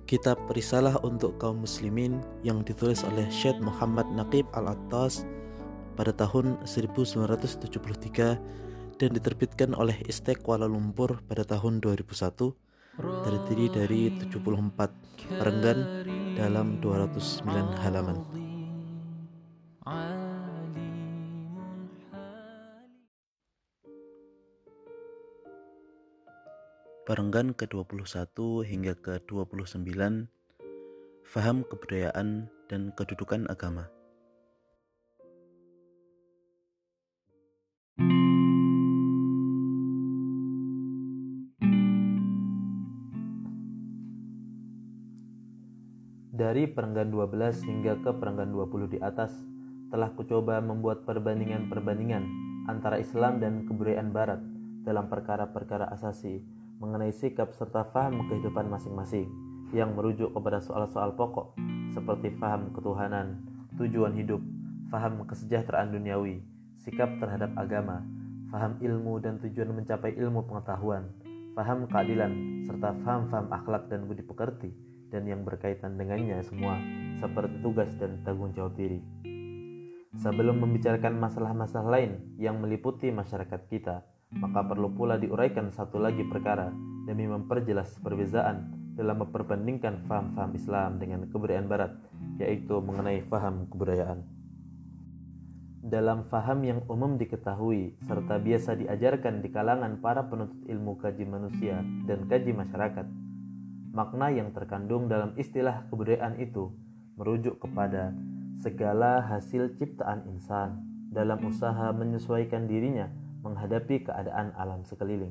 Kitab Risalah untuk Kaum Muslimin yang ditulis oleh Syekh Muhammad Naqib Al-Attas pada tahun 1973 dan diterbitkan oleh Istek Kuala Lumpur pada tahun 2001, terdiri dari 74 perenggan dalam 209 halaman. Perenggan ke-21 hingga ke-29, Faham kebudayaan dan kedudukan agama. Dari perenggan 12 hingga ke perenggan 20 di atas, telah kucoba membuat perbandingan-perbandingan antara Islam dan kebudayaan Barat dalam perkara-perkara asasi mengenai sikap serta faham kehidupan masing-masing yang merujuk kepada soal-soal pokok seperti faham ketuhanan, tujuan hidup, faham kesejahteraan duniawi, sikap terhadap agama, faham ilmu dan tujuan mencapai ilmu pengetahuan, faham keadilan, serta faham-faham akhlak dan budi pekerti dan yang berkaitan dengannya semua seperti tugas dan tanggung jawab diri. Sebelum membicarakan masalah-masalah lain yang meliputi masyarakat kita, maka perlu pula diuraikan satu lagi perkara demi memperjelas perbezaan dalam memperbandingkan faham-faham Islam dengan kebudayaan Barat, yaitu mengenai faham kebudayaan. Dalam faham yang umum diketahui serta biasa diajarkan di kalangan para penuntut ilmu kaji manusia dan kaji masyarakat, makna yang terkandung dalam istilah kebudayaan itu merujuk kepada segala hasil ciptaan insan dalam usaha menyesuaikan dirinya menghadapi keadaan alam sekeliling.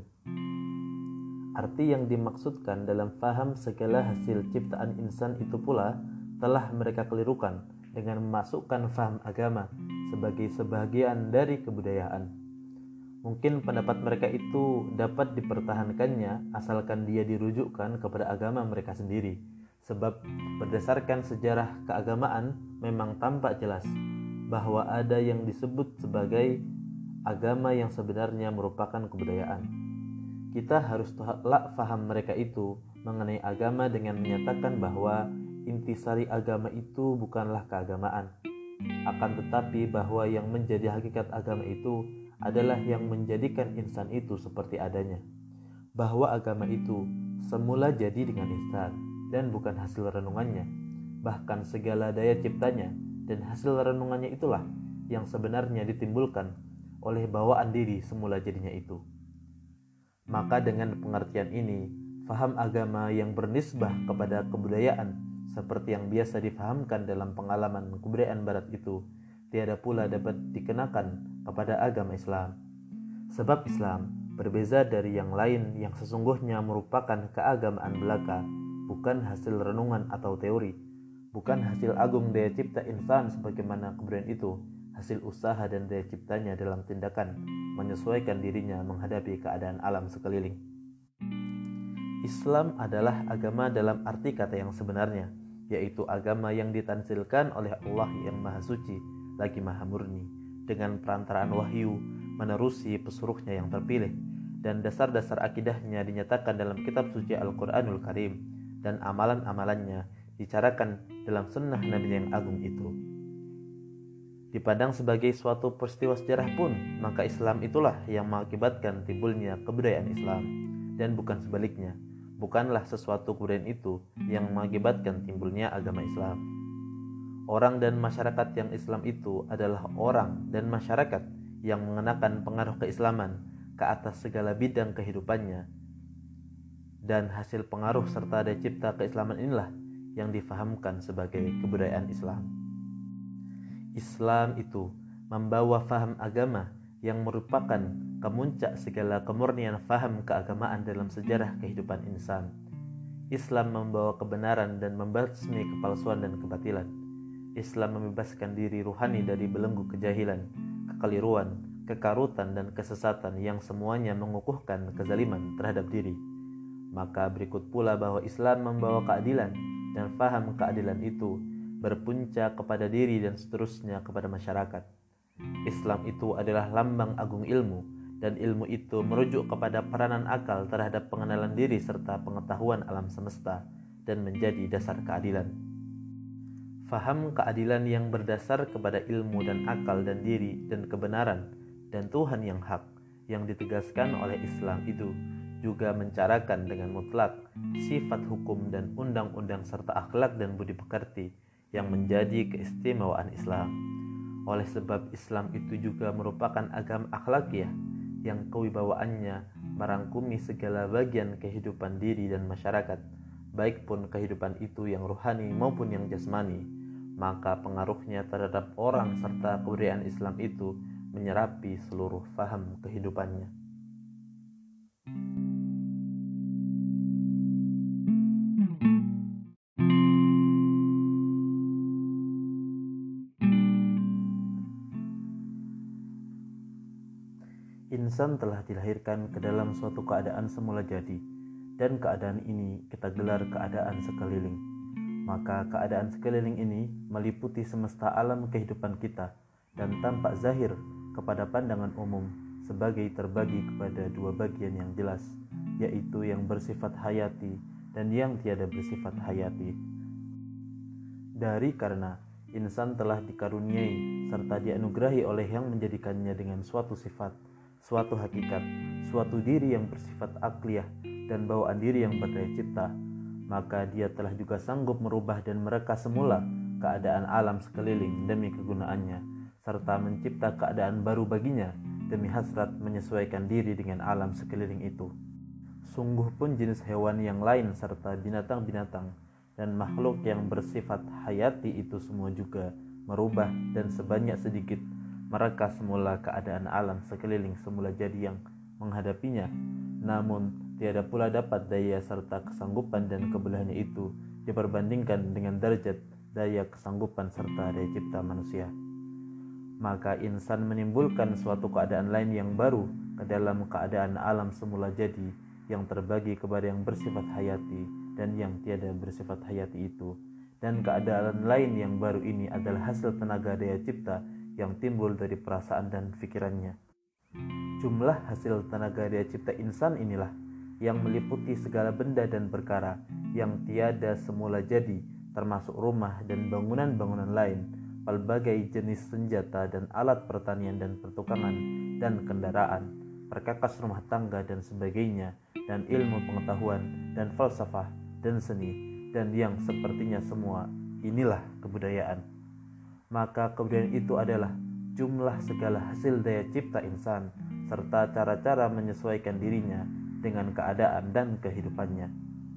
Arti yang dimaksudkan dalam faham segala hasil ciptaan insan itu pula telah mereka kelirukan dengan memasukkan faham agama sebagai sebagian dari kebudayaan. Mungkin pendapat mereka itu dapat dipertahankannya asalkan dia dirujukkan kepada agama mereka sendiri, sebab berdasarkan sejarah keagamaan memang tampak jelas bahwa ada yang disebut sebagai agama yang sebenarnya merupakan kebudayaan. Kita harus tolak faham mereka itu mengenai agama dengan menyatakan bahwa intisari agama itu bukanlah keagamaan, akan tetapi bahwa yang menjadi hakikat agama itu adalah yang menjadikan insan itu seperti adanya, bahwa agama itu semula jadi dengan insan dan bukan hasil renungannya, bahkan segala daya ciptanya dan hasil renungannya itulah yang sebenarnya ditimbulkan oleh bawaan diri semula jadinya itu. Maka dengan pengertian ini, faham agama yang bernisbah kepada kebudayaan seperti yang biasa difahamkan dalam pengalaman kebudayaan Barat itu tiada pula dapat dikenakan kepada agama Islam. Sebab Islam berbeza dari yang lain yang sesungguhnya merupakan keagamaan belaka, bukan hasil renungan atau teori, bukan hasil agung daya cipta insan sebagaimana kebudayaan itu hasil usaha dan daya ciptanya dalam tindakan menyesuaikan dirinya menghadapi keadaan alam sekeliling. Islam adalah agama dalam arti kata yang sebenarnya, yaitu agama yang ditanzilkan oleh Allah yang Maha Suci lagi Maha Murni dengan perantaraan wahyu menerusi pesuruhnya yang terpilih, dan dasar-dasar akidahnya dinyatakan dalam kitab suci Al-Quranul Karim dan amalan-amalannya dicarakan dalam sunnah Nabi yang agung itu. Dipandang sebagai suatu peristiwa sejarah pun, maka Islam itulah yang mengakibatkan timbulnya kebudayaan Islam, dan bukan sebaliknya. Bukanlah sesuatu kebudayaan itu yang mengakibatkan timbulnya agama Islam. Orang dan masyarakat yang Islam itu adalah orang dan masyarakat yang mengenakan pengaruh keislaman ke atas segala bidang kehidupannya, dan hasil pengaruh serta daya cipta keislaman inilah yang difahamkan sebagai kebudayaan Islam. Islam itu membawa faham agama yang merupakan kemuncak segala kemurnian faham keagamaan dalam sejarah kehidupan insan. Islam membawa kebenaran dan membasmi kepalsuan dan kebatilan. Islam membebaskan diri ruhani dari belenggu kejahilan, kekeliruan, kekarutan dan kesesatan yang semuanya mengukuhkan kezaliman terhadap diri. Maka berikut pula bahwa Islam membawa keadilan, dan faham keadilan itu berpuncak kepada diri dan seterusnya kepada masyarakat. Islam itu adalah lambang agung ilmu, dan ilmu itu merujuk kepada peranan akal terhadap pengenalan diri serta pengetahuan alam semesta, dan menjadi dasar keadilan. Faham keadilan yang berdasar kepada ilmu dan akal dan diri dan kebenaran dan Tuhan yang hak yang ditegaskan oleh Islam itu juga mencarakan dengan mutlak sifat hukum dan undang-undang serta akhlak dan budi pekerti yang menjadi keistimewaan Islam. Oleh sebab Islam itu juga merupakan agama akhlakiyah yang kewibawaannya merangkumi segala bagian kehidupan diri dan masyarakat, baik pun kehidupan itu yang rohani maupun yang jasmani, maka pengaruhnya terhadap orang serta kebudayaan Islam itu menyerapi seluruh faham kehidupannya. Insan telah dilahirkan ke dalam suatu keadaan semula jadi, dan keadaan ini kita gelar keadaan sekeliling. Maka keadaan sekeliling ini meliputi semesta alam kehidupan kita dan tampak zahir kepada pandangan umum sebagai terbagi kepada dua bagian yang jelas, yaitu yang bersifat hayati dan yang tiada bersifat hayati. Dari karena insan telah dikaruniai serta dianugerahi oleh yang menjadikannya dengan suatu sifat, suatu hakikat, suatu diri yang bersifat akliyah dan bawaan diri yang berdaya cipta, maka dia telah juga sanggup merubah dan mereka semula keadaan alam sekeliling demi kegunaannya, serta mencipta keadaan baru baginya demi hasrat menyesuaikan diri dengan alam sekeliling itu. Sungguh pun jenis hewan yang lain serta binatang-binatang dan makhluk yang bersifat hayati itu semua juga merubah dan sebanyak sedikit mereka semula keadaan alam sekeliling semula jadi yang menghadapinya, namun tiada pula dapat daya serta kesanggupan dan kebelahannya itu diperbandingkan dengan derajat daya kesanggupan serta daya cipta manusia. Maka insan menimbulkan suatu keadaan lain yang baru ke dalam keadaan alam semula jadi yang terbagi kepada yang bersifat hayati dan yang tiada bersifat hayati itu. Dan keadaan lain yang baru ini adalah hasil tenaga daya cipta yang timbul dari perasaan dan pikirannya. Jumlah hasil tenaga daya cipta insan inilah yang meliputi segala benda dan perkara yang tiada semula jadi, termasuk rumah dan bangunan-bangunan lain, pelbagai jenis senjata dan alat pertanian dan pertukangan dan kendaraan, perkakas rumah tangga dan sebagainya, dan ilmu pengetahuan dan falsafah dan seni, dan yang sepertinya semua inilah kebudayaan. Maka kebudayaan itu adalah jumlah segala hasil daya cipta insan serta cara-cara menyesuaikan dirinya dengan keadaan dan kehidupannya.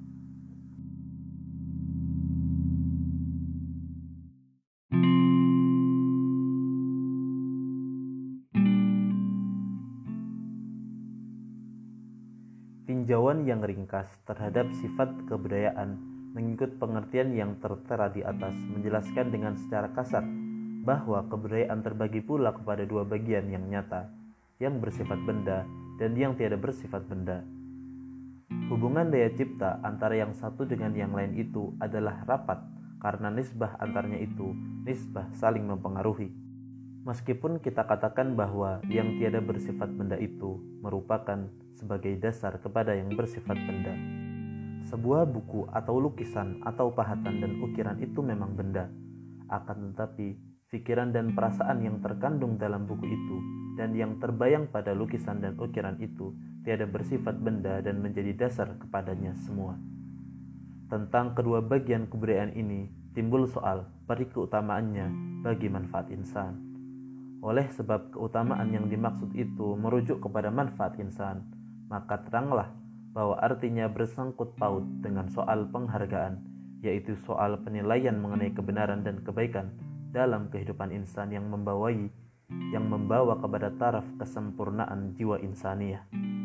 Tinjauan yang ringkas terhadap sifat kebudayaan mengikut pengertian yang tertera di atas menjelaskan dengan secara kasar bahwa kebudayaan terbagi pula kepada dua bagian yang nyata, yang bersifat benda dan yang tiada bersifat benda. Hubungan daya cipta antara yang satu dengan yang lain itu adalah rapat karena nisbah antaranya itu nisbah saling mempengaruhi. Meskipun kita katakan bahwa yang tiada bersifat benda itu merupakan sebagai dasar kepada yang bersifat benda. Sebuah buku atau lukisan atau pahatan dan ukiran itu memang benda, akan tetapi pikiran dan perasaan yang terkandung dalam buku itu dan yang terbayang pada lukisan dan ukiran itu tiada bersifat benda dan menjadi dasar kepadanya semua. Tentang kedua bagian kebudayaan ini timbul soal peri keutamaannya bagi manfaat insan. Oleh sebab keutamaan yang dimaksud itu merujuk kepada manfaat insan, maka teranglah bahwa artinya bersangkut paut dengan soal penghargaan, yaitu soal penilaian mengenai kebenaran dan kebaikan dalam kehidupan insan yang membawa kepada taraf kesempurnaan jiwa insaniah.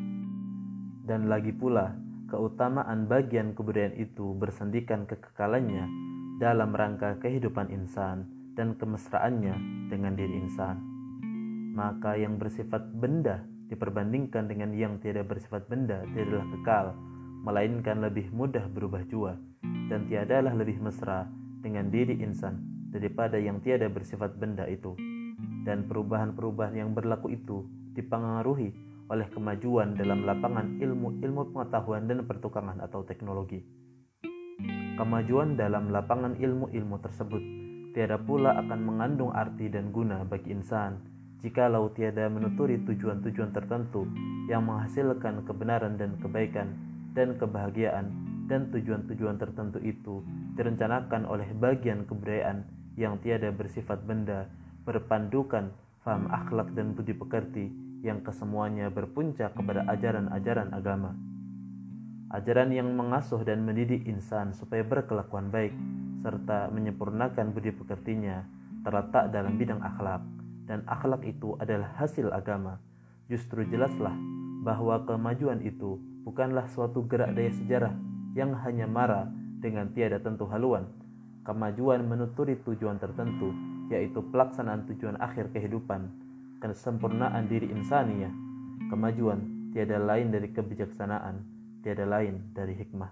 Dan lagi pula, keutamaan bagian kebudayaan itu bersendikan kekekalannya dalam rangka kehidupan insan dan kemesraannya dengan diri insan. Maka yang bersifat benda diperbandingkan dengan yang tiada bersifat benda tidaklah kekal, melainkan lebih mudah berubah jua, dan tiadalah lebih mesra dengan diri insan daripada yang tiada bersifat benda itu. Dan perubahan-perubahan yang berlaku itu dipengaruhi oleh kemajuan dalam lapangan ilmu pengetahuan dan pertukangan atau teknologi. kemajuan dalam lapangan ilmu-ilmu tersebut tiada pula akan mengandung arti dan guna bagi insan jikalau tiada menuturi tujuan-tujuan tertentu yang menghasilkan kebenaran dan kebaikan dan kebahagiaan, dan tujuan-tujuan tertentu itu direncanakan oleh bagian kebudayaan yang tiada bersifat benda, berpandukan faham akhlak dan budi pekerti yang kesemuanya berpuncak kepada ajaran-ajaran agama. Ajaran yang mengasuh dan mendidik insan supaya berkelakuan baik serta menyempurnakan budi pekertinya terletak dalam bidang akhlak, dan akhlak itu adalah hasil agama. Justru jelaslah bahwa kemajuan itu bukanlah suatu gerak daya sejarah yang hanya mara dengan tiada tentu haluan. Kemajuan menuturi tujuan tertentu, yaitu pelaksanaan tujuan akhir kehidupan, kesempurnaan diri insaniyah. Kemajuan tiada lain dari kebijaksanaan, tiada lain dari hikmah.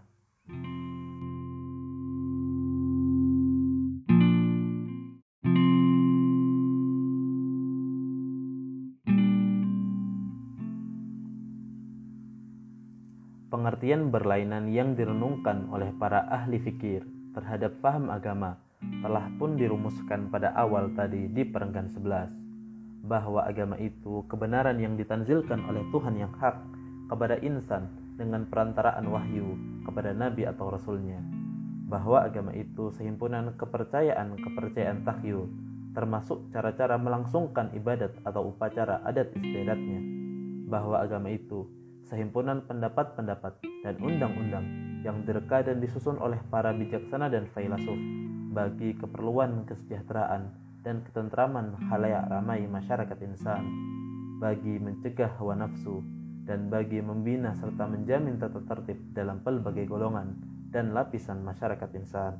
Pengertian berlainan yang direnungkan oleh para ahli fikir terhadap paham agama telah pun dirumuskan pada awal tadi di perenggan 11, bahwa agama itu kebenaran yang ditanzilkan oleh Tuhan yang hak kepada insan dengan perantaraan wahyu kepada nabi atau rasulnya, bahwa agama itu sehimpunan kepercayaan takhayul, termasuk cara-cara melangsungkan ibadat atau upacara adat istiadatnya, bahwa agama itu sehimpunan pendapat-pendapat dan undang-undang yang direka dan disusun oleh para bijaksana dan filsuf bagi keperluan kesejahteraan dan ketentraman khalayak ramai masyarakat insan, bagi mencegah hawa nafsu, dan bagi membina serta menjamin tata tertib dalam pelbagai golongan dan lapisan masyarakat insan.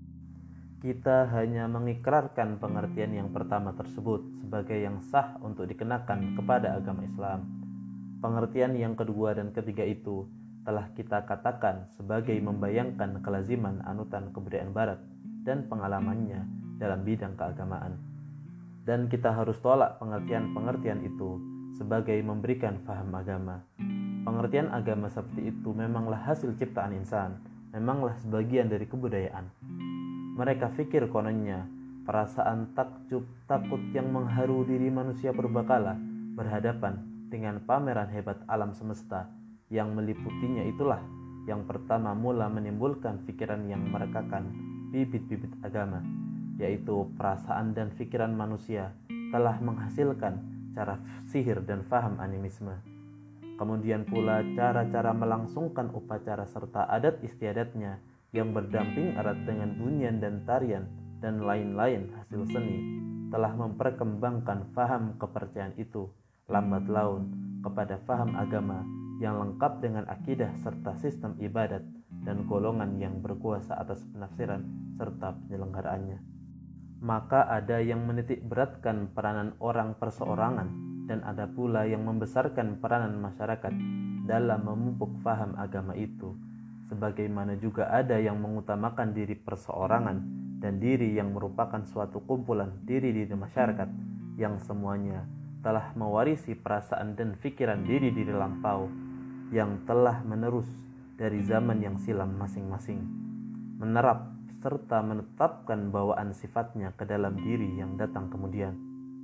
Kita hanya mengikrarkan pengertian yang pertama tersebut sebagai yang sah untuk dikenakan kepada agama Islam. Pengertian yang kedua dan ketiga itu telah kita katakan sebagai membayangkan kelaziman anutan kebudayaan barat dan pengalamannya dalam bidang keagamaan. Dan kita harus tolak pengertian-pengertian itu sebagai memberikan faham agama. Pengertian agama seperti itu memanglah hasil ciptaan insan, memanglah sebagian dari kebudayaan. Mereka fikir kononnya perasaan takut yang mengharu diri manusia purbakala berhadapan dengan pameran hebat alam semesta yang meliputinya itulah yang pertama mula menimbulkan pikiran yang merekakan bibit-bibit agama, yaitu perasaan dan pikiran manusia telah menghasilkan cara sihir dan faham animisme. Kemudian pula cara-cara melangsungkan upacara serta adat istiadatnya yang berdamping erat dengan bunyian dan tarian dan lain-lain hasil seni telah memperkembangkan faham kepercayaan itu lambat laun kepada faham agama yang lengkap dengan akidah serta sistem ibadat dan golongan yang berkuasa atas penafsiran serta penyelenggaraannya. Maka ada yang menitik beratkan peranan orang perseorangan dan ada pula yang membesarkan peranan masyarakat dalam memupuk faham agama itu, sebagaimana juga ada yang mengutamakan diri perseorangan dan diri yang merupakan suatu kumpulan diri-diri masyarakat yang semuanya telah mewarisi perasaan dan pikiran diri-diri lampau yang telah menerus dari zaman yang silam masing-masing, menerap serta menetapkan bawaan sifatnya ke dalam diri yang datang kemudian.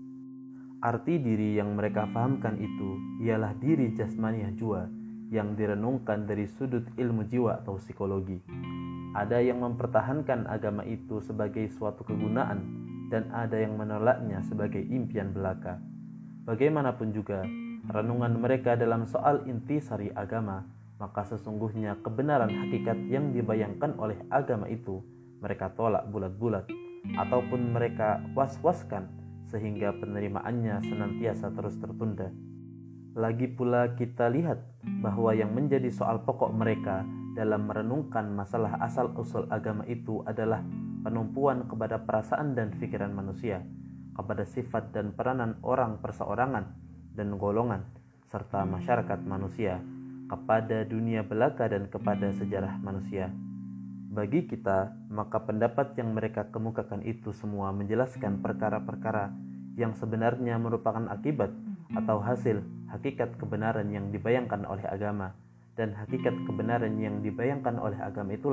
Arti diri yang mereka fahamkan itu ialah diri jasmaniah jua yang direnungkan dari sudut ilmu jiwa atau psikologi. Ada yang mempertahankan agama itu sebagai suatu kegunaan dan ada yang menolaknya sebagai impian belaka. Bagaimanapun juga renungan mereka dalam soal intisari agama, maka sesungguhnya kebenaran hakikat yang dibayangkan oleh agama itu mereka tolak bulat-bulat ataupun mereka was-waskan sehingga penerimaannya senantiasa terus tertunda. Lagi pula kita lihat bahwa yang menjadi soal pokok mereka dalam merenungkan masalah asal-usul agama itu adalah penumpuan kepada perasaan dan pikiran manusia, kepada sifat dan peranan orang perseorangan dan golongan serta masyarakat manusia, kepada dunia belaka dan kepada sejarah manusia. Bagi kita, maka pendapat yang mereka kemukakan itu semua menjelaskan perkara-perkara yang sebenarnya merupakan akibat atau hasil hakikat kebenaran yang dibayangkan oleh agama, dan hakikat kebenaran yang dibayangkan oleh agama itulah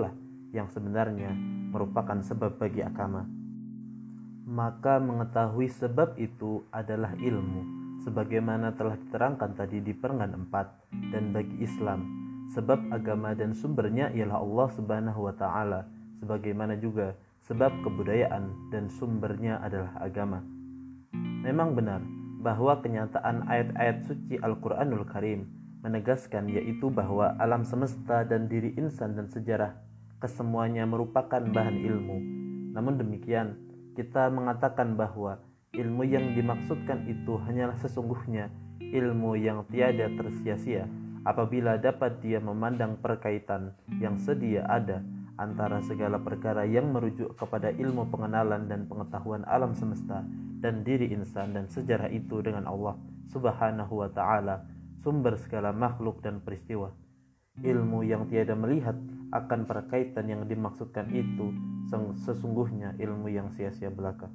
yang sebenarnya merupakan sebab bagi agama. Maka mengetahui sebab itu adalah ilmu, sebagaimana telah diterangkan tadi di perengan 4. Dan bagi Islam, sebab agama dan sumbernya ialah Allah Subhanahu wa Ta'ala, sebagaimana juga sebab kebudayaan dan sumbernya adalah agama. Memang benar bahwa kenyataan ayat-ayat suci Al-Quranul Karim menegaskan, yaitu bahwa alam semesta dan diri insan dan sejarah kesemuanya merupakan bahan ilmu. Namun demikian, kita mengatakan bahwa ilmu yang dimaksudkan itu hanyalah sesungguhnya ilmu yang tiada tersia-sia apabila dapat dia memandang perkaitan yang sedia ada antara segala perkara yang merujuk kepada ilmu pengenalan dan pengetahuan alam semesta dan diri insan dan sejarah itu dengan Allah Subhanahu wa Ta'ala, sumber segala makhluk dan peristiwa. Ilmu yang tiada melihat akan perkaitan yang dimaksudkan itu sesungguhnya ilmu yang sia-sia belaka.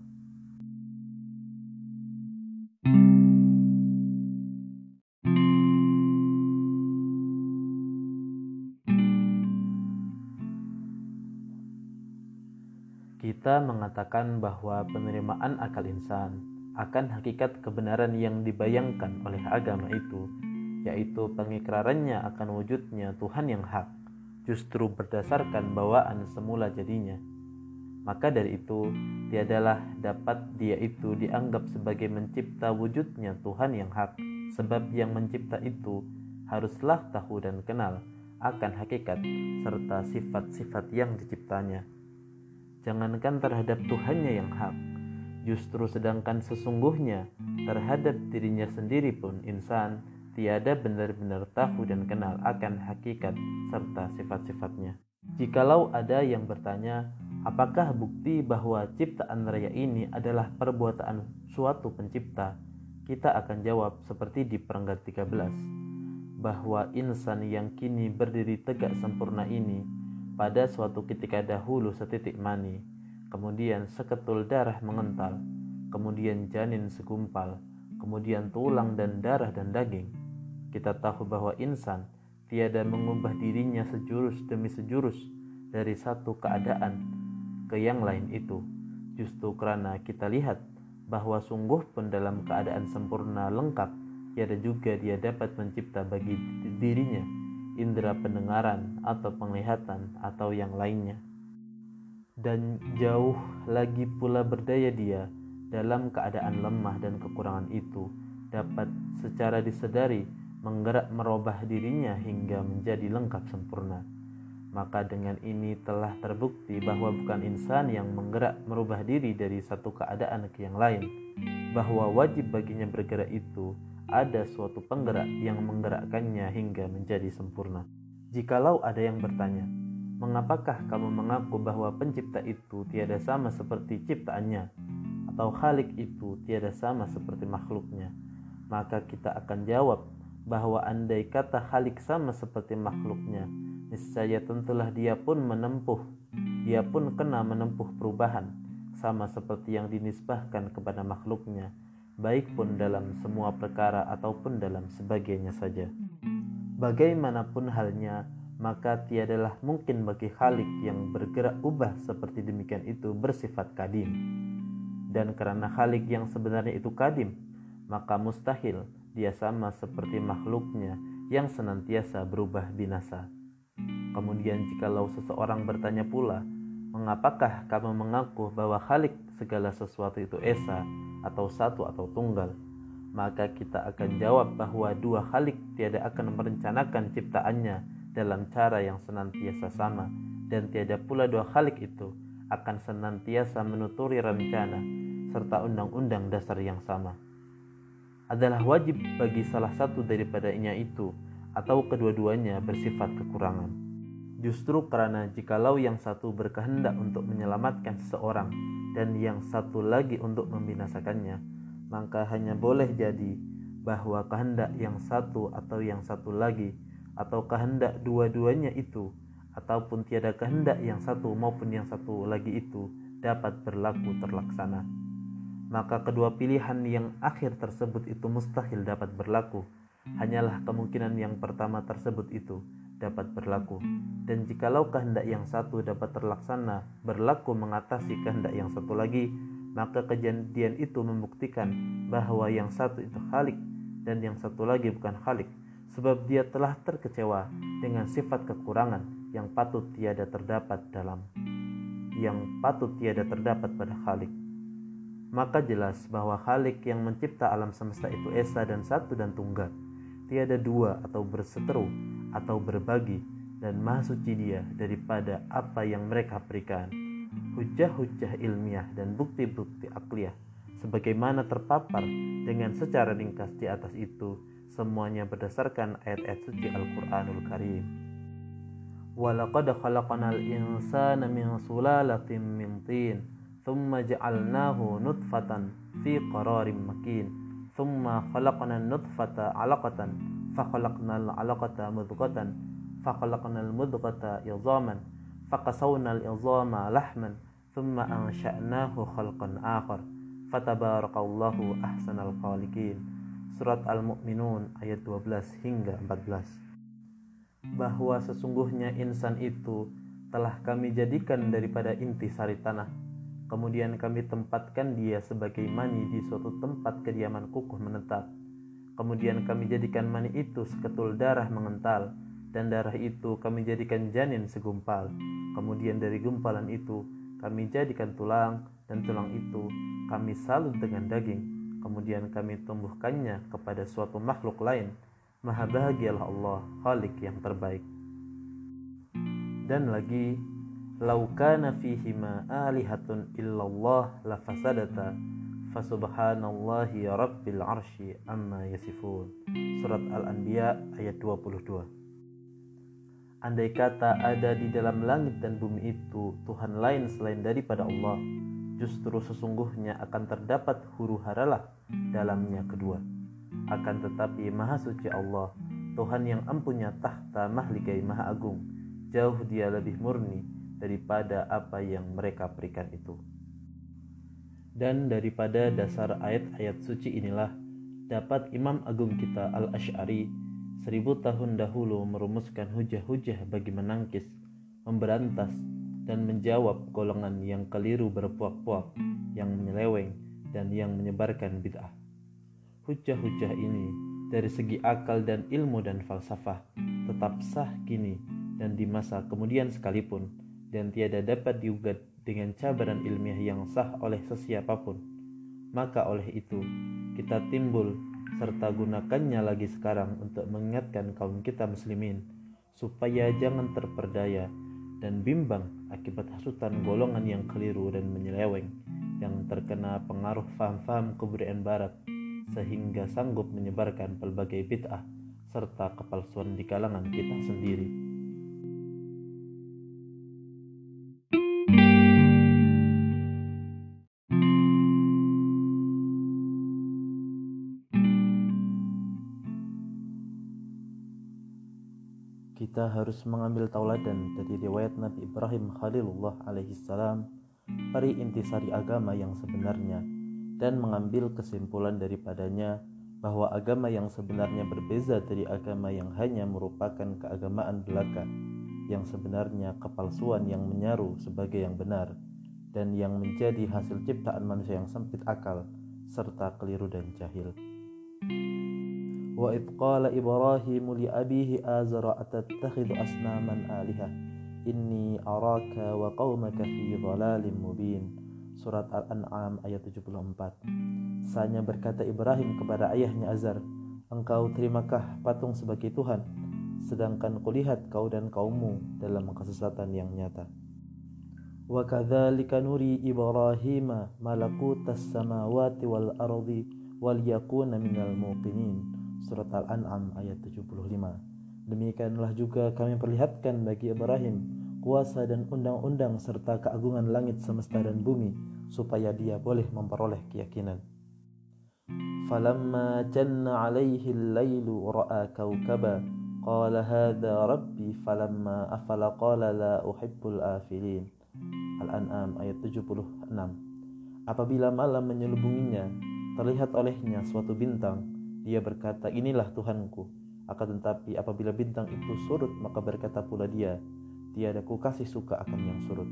Kita mengatakan bahwa penerimaan akal insan akan hakikat kebenaran yang dibayangkan oleh agama itu, yaitu pengikrarannya akan wujudnya Tuhan yang hak, justru berdasarkan bawaan semula jadinya. Maka dari itu, tiadalah dapat dia itu dianggap sebagai mencipta wujudnya Tuhan yang hak, sebab yang mencipta itu haruslah tahu dan kenal akan hakikat serta sifat-sifat yang diciptanya. Jangankan terhadap Tuhannya yang hak, justru sedangkan sesungguhnya terhadap dirinya sendiri pun insan tiada benar-benar tahu dan kenal akan hakikat serta sifat-sifatnya. Jikalau ada yang bertanya, apakah bukti bahwa ciptaan raya ini adalah perbuatan suatu pencipta? Kita akan jawab seperti di perenggan 13, bahwa insan yang kini berdiri tegak sempurna ini pada suatu ketika dahulu setitik mani, kemudian seketul darah mengental, kemudian janin segumpal, kemudian tulang dan darah dan daging. Kita tahu bahwa insan tiada mengubah dirinya sejurus demi sejurus dari satu keadaan ke yang lain itu, justru karena kita lihat bahwa sungguh pun dalam keadaan sempurna lengkap tiada juga dia dapat mencipta bagi dirinya indera pendengaran atau penglihatan atau yang lainnya. Dan jauh lagi pula berdaya dia dalam keadaan lemah dan kekurangan itu dapat secara disadari menggerak merubah dirinya hingga menjadi lengkap sempurna. Maka dengan ini telah terbukti bahwa bukan insan yang menggerak merubah diri dari satu keadaan ke yang lain, bahwa wajib baginya bergerak itu ada suatu penggerak yang menggerakkannya hingga menjadi sempurna. Jikalau ada yang bertanya, mengapakah kamu mengaku bahwa pencipta itu tiada sama seperti ciptaannya, atau Khalik itu tiada sama seperti makhluknya? Maka kita akan jawab bahwa andai kata Khalik sama seperti makhluknya, niscaya tentulah dia pun kena menempuh perubahan, sama seperti yang dinisbahkan kepada makhluknya, baik pun dalam semua perkara ataupun dalam sebagiannya saja. Bagaimanapun halnya, maka tiadalah mungkin bagi Khalik yang bergerak ubah seperti demikian itu bersifat kadim. Dan karena Khalik yang sebenarnya itu kadim, maka mustahil dia sama seperti makhluknya yang senantiasa berubah binasa. Kemudian jikalau seseorang bertanya pula, mengapakah kamu mengaku bahwa Khalik segala sesuatu itu esa atau satu atau tunggal? Maka kita akan jawab bahwa dua Khalik tiada akan merencanakan ciptaannya dalam cara yang senantiasa sama, dan tiada pula dua Khalik itu akan senantiasa menuturi rencana serta undang-undang dasar yang sama. Adalah wajib bagi salah satu daripadanya itu atau kedua-duanya bersifat kekurangan. Justru karena jikalau yang satu berkehendak untuk menyelamatkan seseorang dan yang satu lagi untuk membinasakannya, maka hanya boleh jadi bahwa kehendak yang satu atau yang satu lagi, atau kehendak dua-duanya itu, ataupun tiada kehendak yang satu maupun yang satu lagi itu dapat berlaku terlaksana. Maka kedua pilihan yang akhir tersebut itu mustahil dapat berlaku. Hanyalah kemungkinan yang pertama tersebut itu dapat berlaku. Dan jikalau kehendak yang satu dapat terlaksana berlaku mengatasi kehendak yang satu lagi, maka kejadian itu membuktikan bahwa yang satu itu Khalik dan yang satu lagi bukan Khalik, sebab dia telah terkecewa dengan sifat kekurangan yang patut tiada terdapat pada Khalik. Maka jelas bahwa Khalik yang mencipta alam semesta itu esa dan satu dan tunggal, tiada dua atau berseteru atau berbagi, dan maha suci dia daripada apa yang mereka berikan. Hujah-hujah ilmiah dan bukti-bukti akliyah sebagaimana terpapar dengan secara ringkas di atas itu, semuanya berdasarkan ayat-ayat suci Al-Quranul Karim. Walaqad khalaqnal insana min sulalatin min tin, thumma ja'alnahu nutfatan fi qararin makin, thumma khalaqnan nutfata 'alaqatan, fa khalaqnal 'alaqata mudghatan, fa khalaqnal mudghata idhaman, fa qasawnal idhama lahman, thumma ansha'nahu khalqan akhar, fatabarakallahu ahsanal khaliqin. Surat Al-Mu'minun ayat 12 hingga 14. Bahwa sesungguhnya insan itu telah kami jadikan daripada inti sari tanah, kemudian kami tempatkan dia sebagai mani di suatu tempat kediaman kukuh menetap, kemudian kami jadikan mani itu seketul darah mengental, dan darah itu kami jadikan janin segumpal, kemudian dari gumpalan itu kami jadikan tulang, dan tulang itu kami salut dengan daging, kemudian kami tumbuhkannya kepada suatu makhluk lain. Maha bahagialah Allah, Khalik yang terbaik. Dan lagi, lau kana fihima alihatun illallah lafasadata, fasubhanallahi rabbil arsy amma yasifun. Surat Al-Anbiya ayat 22. Andai kata ada di dalam langit dan bumi itu Tuhan lain selain daripada Allah, justru sesungguhnya akan terdapat huru-haralah dalamnya kedua. Akan tetapi maha suci Allah, Tuhan yang ampunya tahta mahligai maha agung, jauh dia lebih murni daripada apa yang mereka berikan itu. Dan daripada dasar ayat-ayat suci inilah dapat Imam Agung kita Al-Asy'ari 1000 tahun dahulu merumuskan hujah-hujah bagi menangkis, memberantas, dan menjawab golongan yang keliru berpuak-puak, yang menyeleweng, dan yang menyebarkan bid'ah. Hujah-hujah ini dari segi akal dan ilmu dan falsafah tetap sah kini dan di masa kemudian sekalipun, dan tiada dapat diugat dengan cabaran ilmiah yang sah oleh sesiapapun. Maka oleh itu kita timbul serta gunakannya lagi sekarang untuk mengingatkan kaum kita muslimin supaya jangan terperdaya dan bimbang akibat hasutan golongan yang keliru dan menyeleweng yang terkena pengaruh faham-faham kebudayaan barat, sehingga sanggup menyebarkan pelbagai bid'ah serta kepalsuan di kalangan kita sendiri. Kita harus mengambil tauladan dari riwayat Nabi Ibrahim Khalilullah alaihissalam, peri intisari agama yang sebenarnya, dan mengambil kesimpulan daripadanya bahwa agama yang sebenarnya berbeza dari agama yang hanya merupakan keagamaan belaka, yang sebenarnya kepalsuan yang menyaru sebagai yang benar, dan yang menjadi hasil ciptaan manusia yang sempit akal, serta keliru dan jahil. Wa idh qala Ibrahimu li abihi azara atattakhidhu asnaman alihah inni araka wa qaumaka fi dhalalin mubin. Surat Al-An'am ayat 74. Sanya berkata Ibrahim kepada ayahnya Azar, engkau terimakah patung sebagai Tuhan, sedangkan kulihat kau dan kaummu dalam kesesatan yang nyata. Wa kadzalika nuri Ibrahima malakutas samawati wal ardi wal yakuna minal muqinin. Surat Al-An'am ayat 75. Demikianlah juga kami perlihatkan bagi Ibrahim kuasa dan undang-undang serta keagungan langit semesta dan bumi, supaya dia boleh memperoleh keyakinan. Falamma janna alaihi al-lailu ra'a kawkaba qala hadha rabbi falamma afala qala la uhibbul afilin. Al-An'am ayat 76. Apabila malam menyelubunginya, terlihat olehnya suatu bintang, dia berkata, inilah Tuhanku. Akan tetapi apabila bintang itu surut, maka berkata pula dia, tiada ku kasih suka akan yang surut.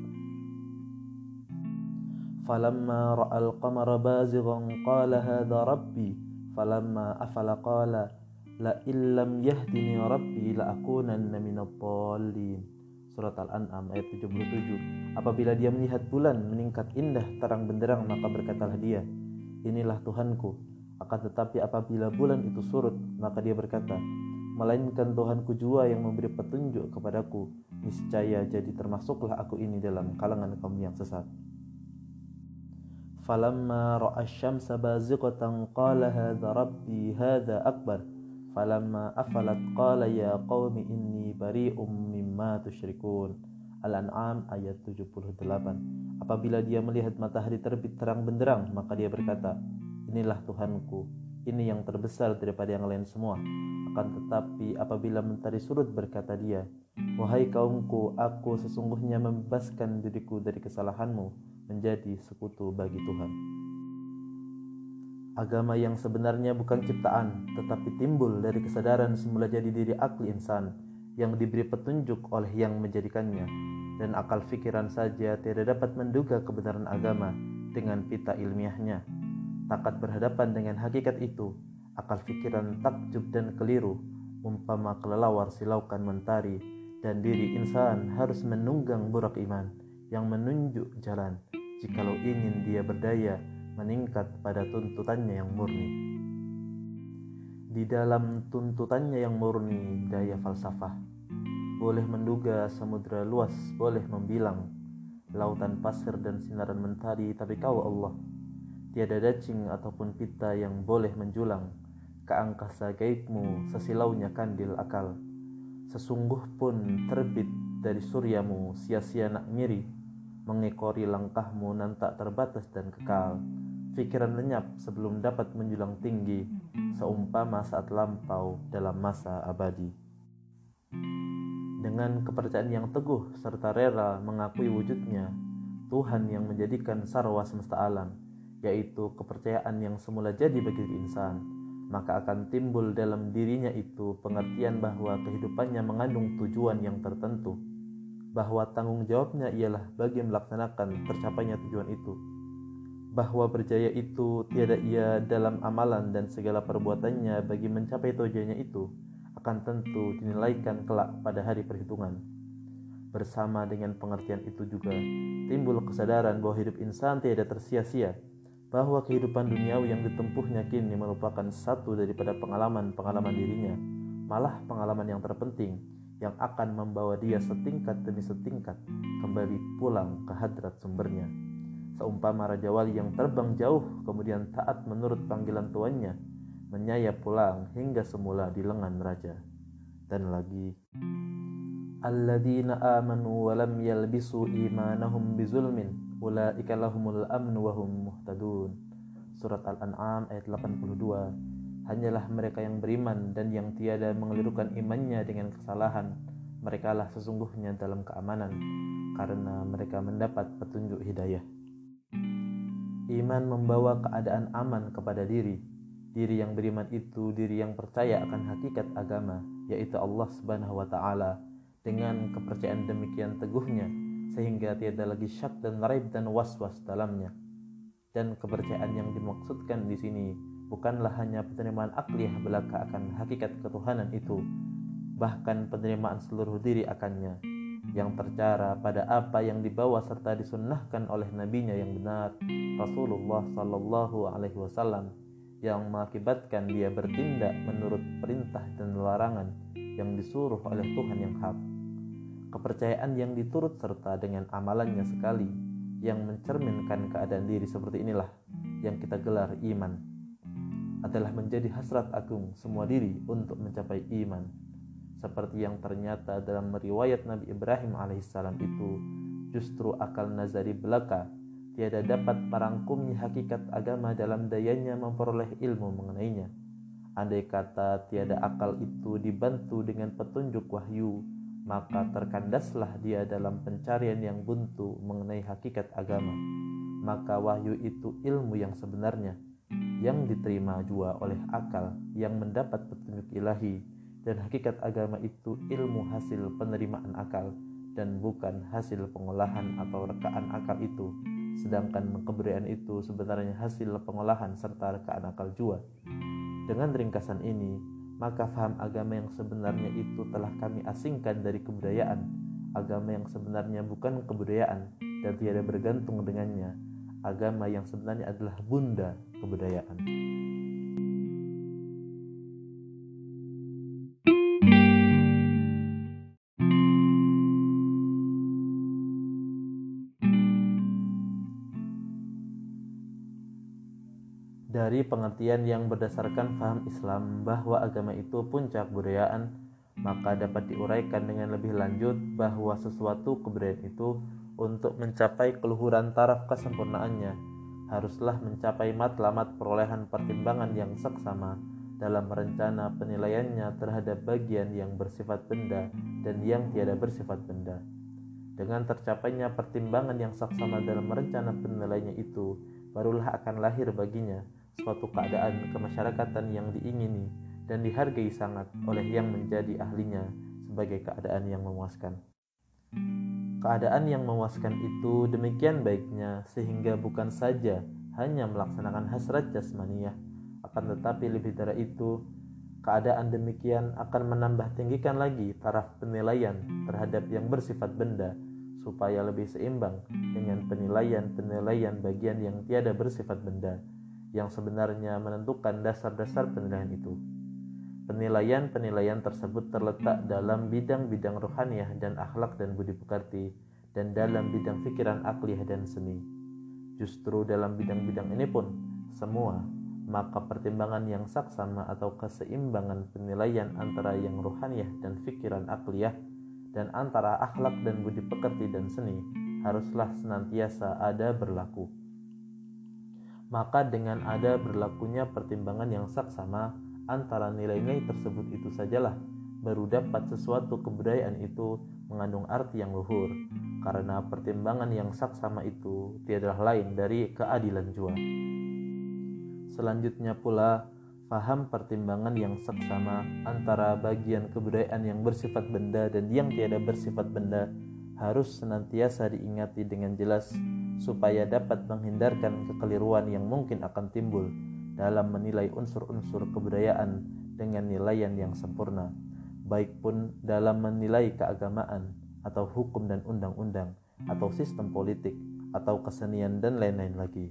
Falamma ra'al qamara bazighan qala hadha rabbi falamma afala qala la illam yahdini rabbi la akunanna minadh dhallin. Surat Al-An'am ayat 77. Apabila dia melihat bulan meningkat indah terang benderang, maka berkatalah dia, inilah Tuhanku. Akan tetapi apabila bulan itu surut, maka dia berkata, melainkan Tuhanku jua yang memberi petunjuk kepadaku, niscaya jadi termasuklah aku ini dalam kalangan kaum yang sesat. Falamma ra'a asy-syamsa bazighatan qala hadza rabbi hadza akbar falamma afalat qala ya qaumi inni bari'um mimma tusyrikun. Al-An'am ayat 78. Apabila dia melihat matahari terbit terang benderang, maka dia berkata, inilah Tuhanku, ini yang terbesar daripada yang lain semua. Akan tetapi apabila mentari surut, berkata dia, wahai kaumku, aku sesungguhnya membebaskan diriku dari kesalahanmu menjadi sekutu bagi Tuhan. Agama yang sebenarnya bukan ciptaan, tetapi timbul dari kesadaran semula jadi diri akli insan yang diberi petunjuk oleh yang menjadikannya, dan akal fikiran saja tidak dapat menduga kebenaran agama dengan pita ilmiahnya. Takat berhadapan dengan hakikat itu, akal fikiran takjub dan keliru, umpama kelelawar silaukan mentari, dan diri insan harus menunggang burak iman yang menunjuk jalan jikalau ingin dia berdaya meningkat pada tuntutannya yang murni. Di dalam tuntutannya yang murni, daya falsafah boleh menduga samudra luas, boleh membilang lautan pasir dan sinaran mentari, tapi kau Allah, tiada dacing ataupun pita yang boleh menjulang ke angkasa gaibmu sesilaunya kandil akal. Sesungguh pun terbit dari suryamu sia-sia nak miri, mengekori langkahmu nan tak terbatas dan kekal. Pikiran lenyap sebelum dapat menjulang tinggi, seumpama saat lampau dalam masa abadi. Dengan kepercayaan yang teguh serta rela mengakui wujudnya Tuhan yang menjadikan sarwa semesta alam, yaitu kepercayaan yang semula jadi bagi insan, maka akan timbul dalam dirinya itu pengertian bahwa kehidupannya mengandung tujuan yang tertentu, bahwa tanggung jawabnya ialah bagi melaksanakan tercapainya tujuan itu, bahwa berjaya itu tiada ia dalam amalan dan segala perbuatannya bagi mencapai tujuannya itu akan tentu dinilaikan kelak pada hari perhitungan. Bersama dengan pengertian itu juga timbul kesadaran bahwa hidup insan tidak tersia-sia, bahwa kehidupan duniawi yang ditempuhnya kini merupakan satu daripada pengalaman-pengalaman dirinya, malah pengalaman yang terpenting yang akan membawa dia setingkat demi setingkat kembali pulang ke hadrat sumbernya. Seumpama Raja Wali yang terbang jauh kemudian taat menurut panggilan tuannya, menyayap pulang hingga semula di lengan raja. Dan lagi, alladzina amanu wa lam yalbisu imanahum bizulmin ulaika lahumul amnu wa hum muhtadun. Surat Al-An'am ayat 82. Hanyalah mereka yang beriman dan yang tiada mengelirukan imannya dengan kesalahan, merekalah sesungguhnya dalam keamanan, karena mereka mendapat petunjuk hidayah. Iman membawa keadaan aman kepada diri. Diri yang beriman itu diri yang percaya akan hakikat agama, yaitu Allah Subhanahu wa Ta'ala, dengan kepercayaan demikian teguhnya sehingga tiada lagi syak dan raib dan was-was dalamnya. Dan kepercayaan yang dimaksudkan di sini bukanlah hanya penerimaan akliyah belaka akan hakikat ketuhanan itu, bahkan penerimaan seluruh diri akannya, yang tercara pada apa yang dibawa serta disunnahkan oleh nabinya yang benar, Rasulullah Sallallahu Alaihi Wasallam, yang mengakibatkan dia bertindak menurut perintah dan larangan yang disuruh oleh Tuhan yang hak. Kepercayaan yang diturut serta dengan amalannya sekali, yang mencerminkan keadaan diri seperti inilah yang kita gelar iman, adalah menjadi hasrat agung semua diri untuk mencapai iman. Seperti yang ternyata dalam riwayat Nabi Ibrahim alaihissalam itu, justru akal nazari belaka tiada dapat merangkumnya hakikat agama dalam dayanya memperoleh ilmu mengenainya. Andai kata tiada akal itu dibantu dengan petunjuk wahyu, maka terkandaslah dia dalam pencarian yang buntu mengenai hakikat agama. Maka wahyu itu ilmu yang sebenarnya, yang diterima jua oleh akal yang mendapat petunjuk ilahi dan hakikat agama itu ilmu hasil penerimaan akal dan bukan hasil pengolahan atau rekaan akal itu, sedangkan kebudayaan itu sebenarnya hasil pengolahan serta rekaan akal jua. Dengan ringkasan ini, maka faham agama yang sebenarnya itu telah kami asingkan dari kebudayaan. Agama yang sebenarnya bukan kebudayaan dan tiada bergantung dengannya. Agama yang sebenarnya adalah bunda kebudayaan. Dari pengertian yang berdasarkan faham Islam bahwa agama itu puncak kebudayaan, maka dapat diuraikan dengan lebih lanjut bahwa sesuatu kebudayaan itu untuk mencapai keluhuran taraf kesempurnaannya haruslah mencapai matlamat perolehan pertimbangan yang saksama dalam rencana penilaiannya terhadap bagian yang bersifat benda dan yang tiada bersifat benda. Dengan tercapainya pertimbangan yang saksama dalam rencana penilaiannya itu, barulah akan lahir baginya suatu keadaan kemasyarakatan yang diingini dan dihargai sangat oleh yang menjadi ahlinya sebagai keadaan yang memuaskan. Keadaan yang memuaskan itu demikian baiknya sehingga bukan saja hanya melaksanakan hasrat jasmaniyah, akan tetapi lebih dari itu, keadaan demikian akan menambah tinggikan lagi taraf penilaian terhadap yang bersifat benda supaya lebih seimbang dengan penilaian-penilaian bagian yang tiada bersifat benda yang sebenarnya menentukan dasar-dasar penilaian itu. Penilaian-penilaian tersebut terletak dalam bidang-bidang rohaniyah dan akhlak dan budi pekerti dan dalam bidang pikiran akliyah dan seni. Justru dalam bidang-bidang ini pun semua, maka pertimbangan yang saksama atau keseimbangan penilaian antara yang rohaniyah dan pikiran akliyah dan antara akhlak dan budi pekerti dan seni haruslah senantiasa ada berlaku. Maka dengan ada berlakunya pertimbangan yang saksama antara nilai-nilai tersebut itu sajalah baru dapat sesuatu kebudayaan itu mengandung arti yang luhur, karena pertimbangan yang saksama itu tiadalah lain dari keadilan jua. Selanjutnya pula, faham pertimbangan yang saksama antara bagian kebudayaan yang bersifat benda dan yang tiada bersifat benda harus senantiasa diingati dengan jelas supaya dapat menghindarkan kekeliruan yang mungkin akan timbul dalam menilai unsur-unsur kebudayaan dengan nilaian yang sempurna, baik pun dalam menilai keagamaan atau hukum dan undang-undang atau sistem politik atau kesenian dan lain-lain lagi.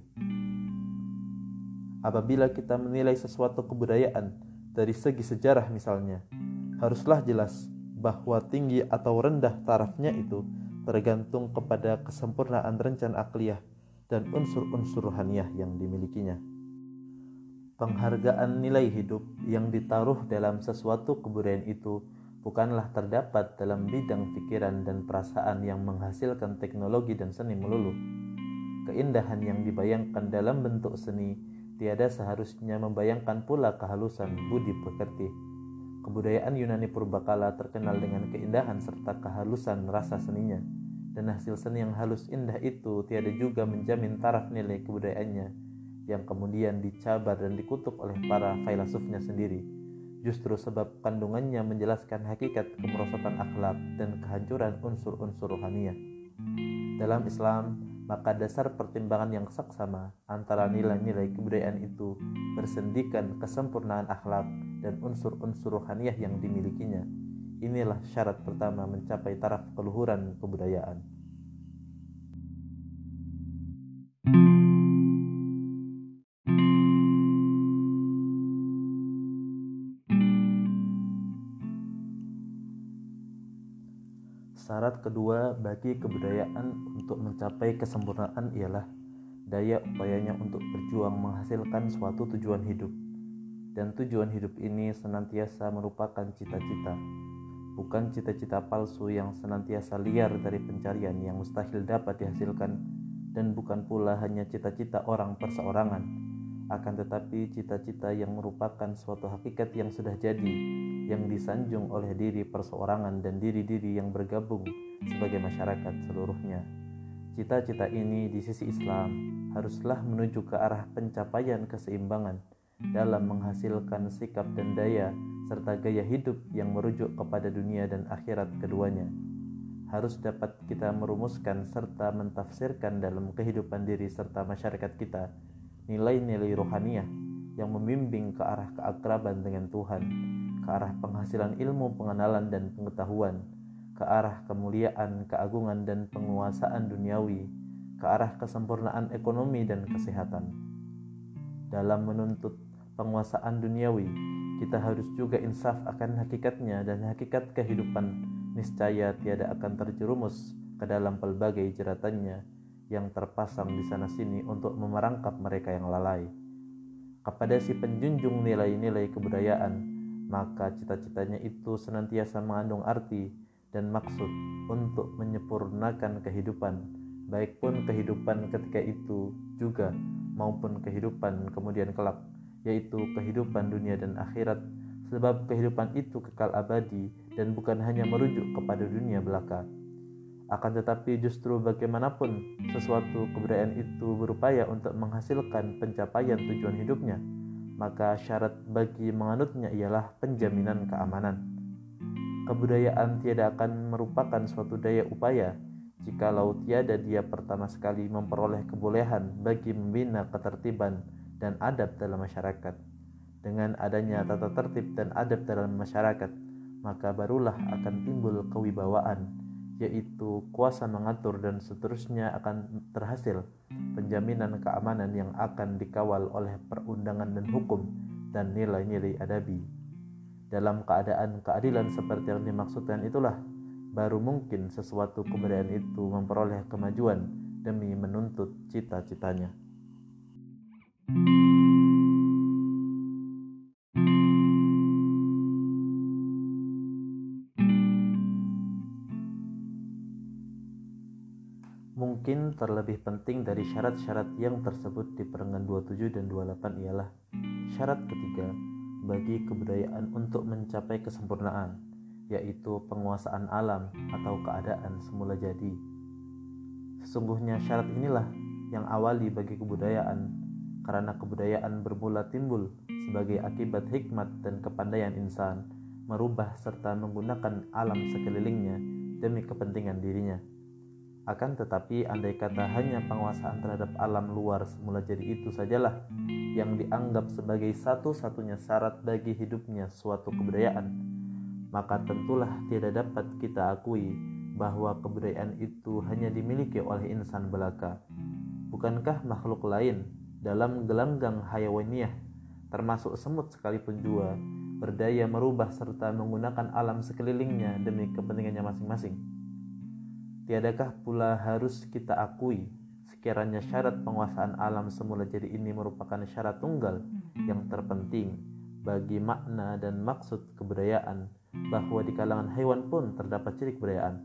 Apabila kita menilai sesuatu kebudayaan dari segi sejarah misalnya, haruslah jelas bahwa tinggi atau rendah tarafnya itu tergantung kepada kesempurnaan rencana akliyah dan unsur-unsur rohaniyah yang dimilikinya. Penghargaan nilai hidup yang ditaruh dalam sesuatu kebudayaan itu bukanlah terdapat dalam bidang pikiran dan perasaan yang menghasilkan teknologi dan seni melulu. Keindahan yang dibayangkan dalam bentuk seni tiada seharusnya membayangkan pula kehalusan budi pekerti. Kebudayaan Yunani purbakala terkenal dengan keindahan serta kehalusan rasa seninya, dan hasil seni yang halus indah itu tiada juga menjamin taraf nilai kebudayaannya, yang kemudian dicabar dan dikutuk oleh para filsufnya sendiri, justru sebab kandungannya menjelaskan hakikat kemerosotan akhlak dan kehancuran unsur-unsur rohaniyah. Dalam Islam, maka dasar pertimbangan yang saksama antara nilai-nilai kebudayaan itu bersendikan kesempurnaan akhlak dan unsur-unsur rohaniyah yang dimilikinya. Inilah syarat pertama mencapai taraf keluhuran kebudayaan. Syarat kedua bagi kebudayaan untuk mencapai kesempurnaan ialah daya upayanya untuk berjuang menghasilkan suatu tujuan hidup. Dan tujuan hidup ini senantiasa merupakan cita-cita, bukan cita-cita palsu yang senantiasa liar dari pencarian yang mustahil dapat dihasilkan, dan bukan pula hanya cita-cita orang perseorangan, akan tetapi cita-cita yang merupakan suatu hakikat yang sudah jadi, yang disanjung oleh diri perseorangan dan diri-diri yang bergabung sebagai masyarakat seluruhnya. Cita-cita ini di sisi Islam haruslah menuju ke arah pencapaian keseimbangan dalam menghasilkan sikap dan daya serta gaya hidup yang merujuk kepada dunia dan akhirat keduanya. Harus dapat kita merumuskan serta mentafsirkan dalam kehidupan diri serta masyarakat kita nilai-nilai rohaniah yang membimbing ke arah keakraban dengan Tuhan, ke arah penghasilan ilmu, pengenalan dan pengetahuan, ke arah kemuliaan, keagungan dan penguasaan duniawi, ke arah kesempurnaan ekonomi dan kesehatan. Dalam menuntut penguasaan duniawi, kita harus juga insaf akan hakikatnya, dan hakikat kehidupan niscaya tiada akan terjerumus ke dalam pelbagai jeratannya yang terpasang di sana sini untuk memerangkap mereka yang lalai. Kepada si penjunjung nilai-nilai kebudayaan, maka cita-citanya itu senantiasa mengandung arti dan maksud untuk menyempurnakan kehidupan, baik pun kehidupan ketika itu juga maupun kehidupan kemudian kelak, yaitu kehidupan dunia dan akhirat, sebab kehidupan itu kekal abadi dan bukan hanya merujuk kepada dunia belaka. Akan tetapi justru bagaimanapun sesuatu kebudayaan itu berupaya untuk menghasilkan pencapaian tujuan hidupnya, maka syarat bagi menganutnya ialah penjaminan keamanan. Kebudayaan tiada akan merupakan suatu daya upaya jikalau tiada dia pertama sekali memperoleh kebolehan bagi membina ketertiban dan adab dalam masyarakat. Dengan adanya tata tertib dan adab dalam masyarakat, maka barulah akan timbul kewibawaan, yaitu kuasa mengatur, dan seterusnya akan terhasil penjaminan keamanan yang akan dikawal oleh perundangan dan hukum dan nilai-nilai adabi. Dalam keadaan keadilan seperti yang dimaksudkan itulah baru mungkin sesuatu kebudayaan itu memperoleh kemajuan demi menuntut cita-citanya. Mungkin terlebih penting dari syarat-syarat yang tersebut di perenggan 27 dan 28 ialah syarat ketiga bagi kebudayaan untuk mencapai kesempurnaan, yaitu penguasaan alam atau keadaan semula jadi. Sesungguhnya syarat inilah yang awali bagi kebudayaan, karena kebudayaan bermula timbul sebagai akibat hikmat dan kepandaian insan merubah serta menggunakan alam sekelilingnya demi kepentingan dirinya. Akan tetapi andai kata hanya penguasaan terhadap alam luar semula jadi itu sajalah yang dianggap sebagai satu-satunya syarat bagi hidupnya suatu kebudayaan, maka tentulah tidak dapat kita akui bahwa kebudayaan itu hanya dimiliki oleh insan belaka. Bukankah makhluk lain dalam gelanggang hayawaniah, termasuk semut sekalipun jua, berdaya merubah serta menggunakan alam sekelilingnya demi kepentingannya masing-masing? Tiadakah pula harus kita akui sekiranya syarat penguasaan alam semula jadi ini merupakan syarat tunggal yang terpenting bagi makna dan maksud kebudayaan, bahwa di kalangan hewan pun terdapat ciri kebudayaan?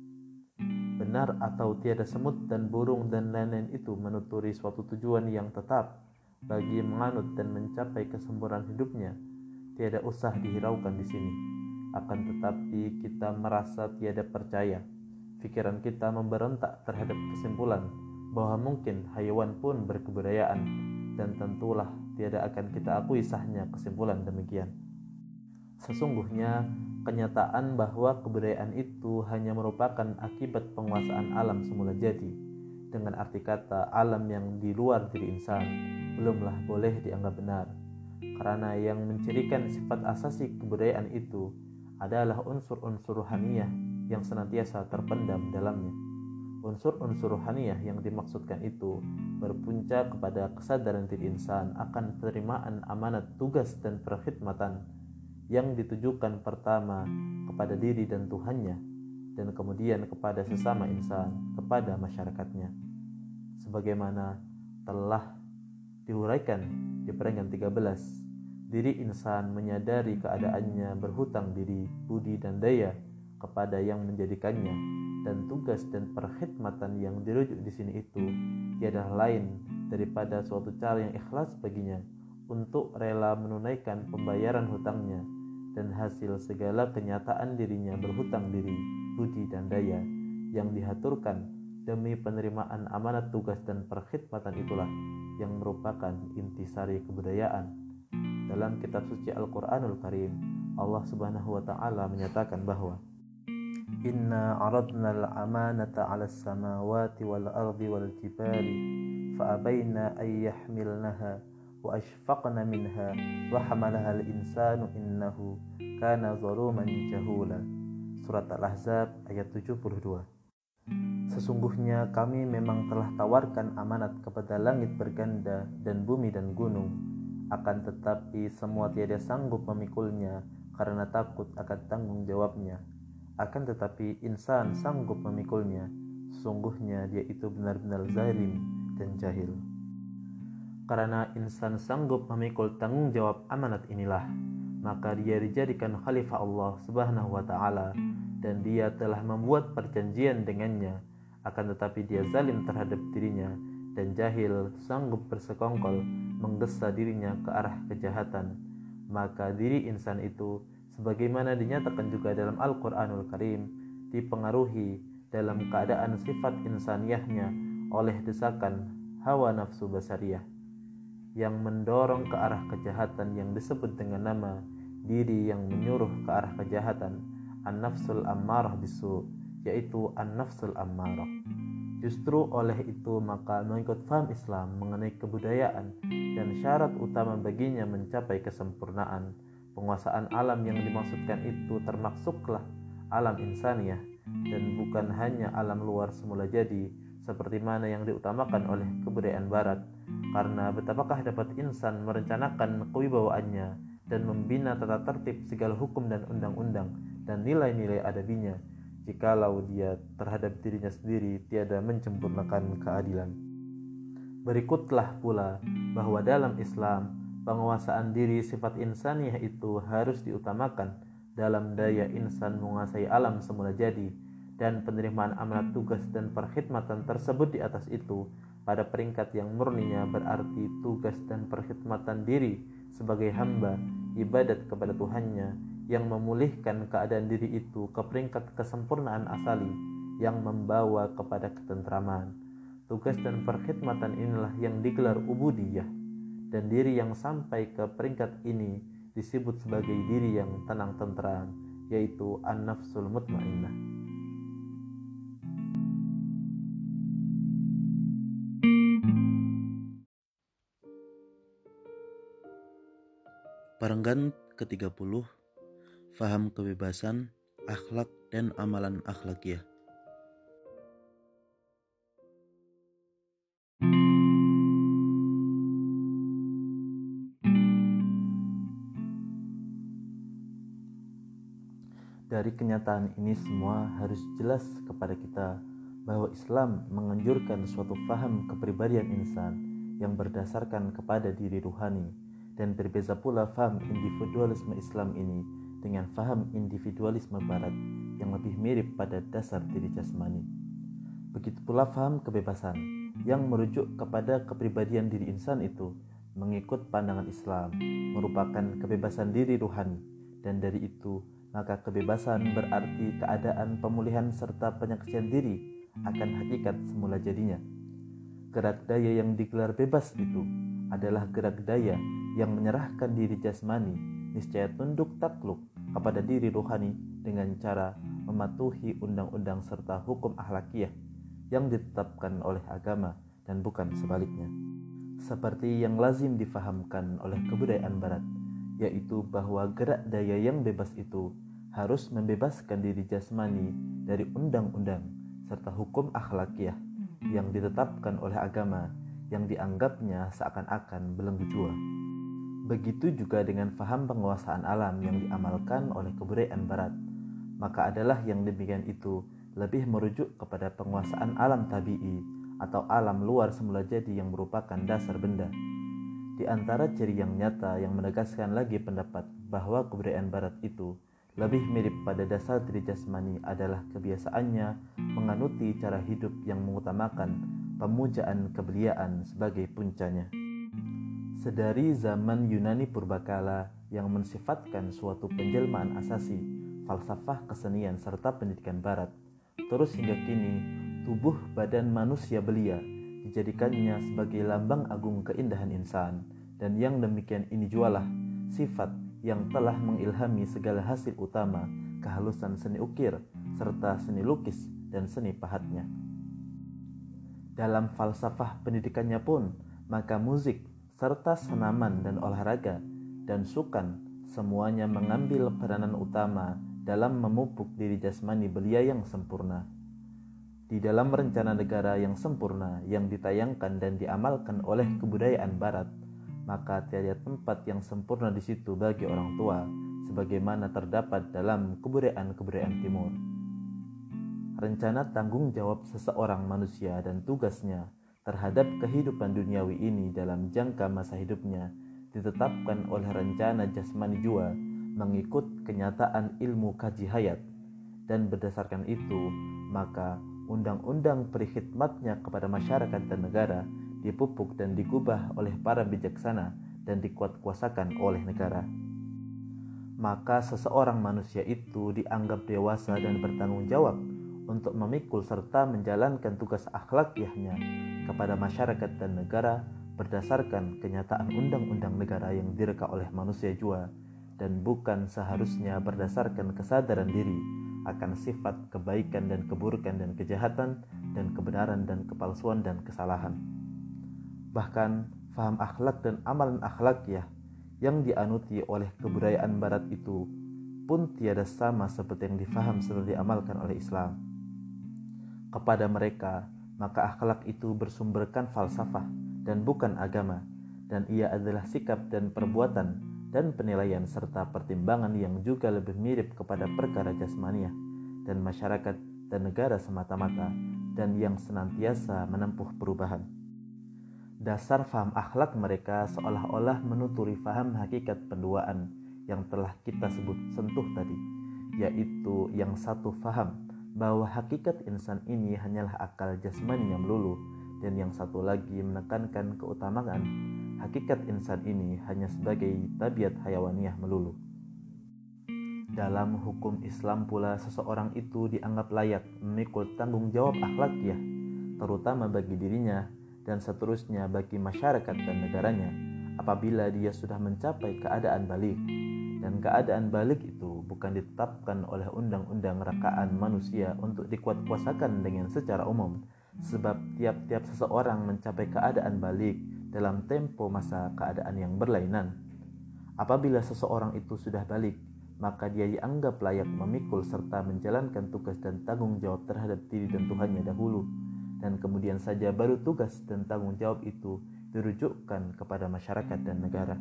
Benar atau tiada, semut dan burung dan lain-lain itu menuturi suatu tujuan yang tetap bagi menganut dan mencapai kesempurnaan hidupnya. Tiada usah dihiraukan di sini. Akan tetapi kita merasa tiada percaya. Pikiran kita memberontak terhadap kesimpulan bahwa mungkin hayawan pun berkebudayaan, dan tentulah tiada akan kita akui sahnya kesimpulan demikian. Sesungguhnya kenyataan bahwa kebudayaan itu hanya merupakan akibat penguasaan alam semula jadi, dengan arti kata alam yang di luar diri insan, belumlah boleh dianggap benar, karena yang mencirikan sifat asasi kebudayaan itu adalah unsur-unsur rohaniah yang senantiasa terpendam dalamnya. Unsur-unsur rohaniah yang dimaksudkan itu berpunca kepada kesadaran diri insan akan penerimaan amanat tugas dan perkhidmatan yang ditujukan pertama kepada diri dan Tuhannya, dan kemudian kepada sesama insan, kepada masyarakatnya. Sebagaimana telah diuraikan di perenggan 13, diri insan menyadari keadaannya berhutang diri, budi dan daya kepada yang menjadikannya, dan tugas dan perkhidmatan yang dirujuk di sini itu tiada lain daripada suatu cara yang ikhlas baginya untuk rela menunaikan pembayaran hutangnya, dan hasil segala kenyataan dirinya berhutang diri, budi dan daya yang dihaturkan demi penerimaan amanat tugas dan perkhidmatan itulah yang merupakan intisari kebudayaan, Dalam kitab suci Al-Quranul Karim, Allah Subhanahu wa Ta'ala menyatakan bahwa Inna aradna al-amanata 'ala as-samawati wal ardi wal jibali fa'abaina ay yahmilnaha wa ashfaqna minha wa hamalaha al-insanu innahu kana zaluman jahula. Surat Al-Ahzab ayat 72. Sesungguhnya kami memang telah tawarkan amanat kepada langit berganda dan bumi dan gunung, akan tetapi semua tiada sanggup memikulnya karena takut akan tanggung jawabnya. Akan tetapi insan sanggup memikulnya, sesungguhnya dia itu benar-benar zalim dan jahil. Karena insan sanggup memikul tanggung jawab amanat inilah, maka dia dijadikan khalifah Allah Subhanahu wa Ta'ala, dan dia telah membuat perjanjian dengannya. Akan tetapi dia zalim terhadap dirinya dan jahil, sanggup bersekongkol menggesa dirinya ke arah kejahatan. Maka diri insan itu, sebagaimana dinyatakan juga dalam Al-Quranul Karim, dipengaruhi dalam keadaan sifat insaniyahnya oleh desakan hawa nafsu basariyah yang mendorong ke arah kejahatan yang disebut dengan nama diri yang menyuruh ke arah kejahatan, an-nafsul ammarah bisu, yaitu an-nafsul ammarah. Justru oleh itu maka mengikut faham Islam mengenai kebudayaan dan syarat utama baginya mencapai kesempurnaan penguasaan alam yang dimaksudkan itu termaksudlah alam insaniyah dan bukan hanya alam luar semula jadi seperti mana yang diutamakan oleh kebudayaan barat. Karena betapakah dapat insan merencanakan kewibawaannya dan membina tata tertib segala hukum dan undang-undang dan nilai-nilai adabinya jikalau dia terhadap dirinya sendiri tiada menyempurnakan keadilan. Berikutlah pula bahwa dalam Islam penguasaan diri sifat insaniyah itu harus diutamakan dalam daya insan menguasai alam semula jadi, dan penerimaan amanat tugas dan perkhidmatan tersebut di atas itu pada peringkat yang murninya berarti tugas dan perkhidmatan diri sebagai hamba ibadat kepada Tuhannya yang memulihkan keadaan diri itu ke peringkat kesempurnaan asali yang membawa kepada ketentraman. Tugas dan perkhidmatan inilah yang digelar ubudiyah, dan diri yang sampai ke peringkat ini disebut sebagai diri yang tenang tentram, yaitu an-nafsul mutmainnah. Perenggan ke-30, Faham kebebasan, akhlak dan amalan akhlakiyah. Dari kenyataan ini semua harus jelas kepada kita bahwa Islam menganjurkan suatu faham kepribadian insan yang berdasarkan kepada diri ruhani, dan berbeza pula faham individualisme Islam ini dengan faham individualisme Barat yang lebih mirip pada dasar diri jasmani. Begitu pula faham kebebasan yang merujuk kepada kepribadian diri insan itu mengikut pandangan Islam merupakan kebebasan diri ruhani, dan dari itu maka kebebasan berarti keadaan pemulihan serta penyaksian diri akan hakikat semula jadinya. Gerak daya yang digelar bebas itu adalah gerak daya yang menyerahkan diri jasmani niscaya tunduk takluk kepada diri ruhani dengan cara mematuhi undang-undang serta hukum akhlakiyah yang ditetapkan oleh agama dan bukan sebaliknya. Seperti yang lazim difahamkan oleh kebudayaan barat, yaitu bahwa gerak daya yang bebas itu harus membebaskan diri jasmani dari undang-undang serta hukum akhlakiyah yang ditetapkan oleh agama yang dianggapnya seakan-akan belenggu jua. Begitu juga dengan faham penguasaan alam yang diamalkan oleh kebudayaan barat, maka adalah yang demikian itu lebih merujuk kepada penguasaan alam tabi'i atau alam luar semula jadi yang merupakan dasar benda. Di antara ciri yang nyata yang menegaskan lagi pendapat bahwa kebudayaan barat itu lebih mirip pada dasar diri jasmani adalah kebiasaannya menganuti cara hidup yang mengutamakan pemujaan kebeliaan sebagai puncanya. Sedari zaman Yunani purbakala yang mensifatkan suatu penjelmaan asasi, falsafah kesenian serta pendidikan barat, terus hingga kini tubuh badan manusia belia dijadikannya sebagai lambang agung keindahan insan, dan yang demikian ini jualah sifat yang telah mengilhami segala hasil utama kehalusan seni ukir serta seni lukis dan seni pahatnya. Dalam falsafah pendidikannya pun, maka musik serta senaman dan olahraga dan sukan semuanya mengambil peranan utama dalam memupuk diri jasmani belia yang sempurna. Di dalam rencana negara yang sempurna yang ditayangkan dan diamalkan oleh kebudayaan Barat, maka tiada tempat yang sempurna di situ bagi orang tua, sebagaimana terdapat dalam kebudayaan-kebudayaan Timur. Rencana tanggung jawab seseorang manusia dan tugasnya terhadap kehidupan duniawi ini dalam jangka masa hidupnya ditetapkan oleh rencana jasmani jua mengikut kenyataan ilmu kaji hayat, dan berdasarkan itu maka undang-undang perikhidmatnya kepada masyarakat dan negara dipupuk dan digubah oleh para bijaksana dan dikuatkuasakan oleh negara. Maka seseorang manusia itu dianggap dewasa dan bertanggung jawab untuk memikul serta menjalankan tugas akhlakiahnya kepada masyarakat dan negara berdasarkan kenyataan undang-undang negara yang direka oleh manusia jua, dan bukan seharusnya berdasarkan kesadaran diri akan sifat kebaikan dan keburukan dan kejahatan dan kebenaran dan kepalsuan dan kesalahan. Bahkan faham akhlak dan amalan akhlakiah yang dianuti oleh kebudayaan Barat itu pun tiada sama seperti yang difaham serta diamalkan oleh Islam. Kepada mereka, maka akhlak itu bersumberkan falsafah dan bukan agama, dan ia adalah sikap dan perbuatan dan penilaian serta pertimbangan yang juga lebih mirip kepada perkara jasmaniah dan masyarakat dan negara semata-mata, dan yang senantiasa menempuh perubahan. Dasar faham akhlak mereka seolah-olah menuturi faham hakikat penduaan yang telah kita sentuh tadi, yaitu yang satu faham bahwa hakikat insan ini hanyalah akal jasmani yang melulu, dan yang satu lagi menekankan keutamaan hakikat insan ini hanya sebagai tabiat hayawaniah melulu. Dalam hukum Islam pula seseorang itu dianggap layak memikul tanggung jawab akhlakiah, terutama bagi dirinya dan seterusnya bagi masyarakat dan negaranya apabila dia sudah mencapai keadaan baligh. Dan keadaan baligh itu bukan ditetapkan oleh undang-undang rakaan manusia untuk dikuatkuasakan dengan secara umum, sebab tiap-tiap seseorang mencapai keadaan baligh dalam tempo masa keadaan yang berlainan. Apabila seseorang itu sudah baligh, maka dia dianggap layak memikul serta menjalankan tugas dan tanggung jawab terhadap diri dan Tuhannya dahulu, dan kemudian saja baru tugas dan tanggung jawab itu dirujukkan kepada masyarakat dan negara.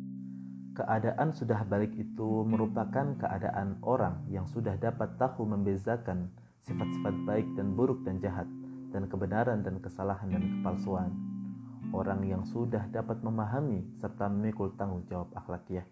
Keadaan sudah baligh itu merupakan keadaan orang yang sudah dapat tahu membezakan sifat-sifat baik dan buruk dan jahat, dan kebenaran dan kesalahan dan kepalsuan. Orang yang sudah dapat memahami serta memikul tanggung jawab akhlakiah.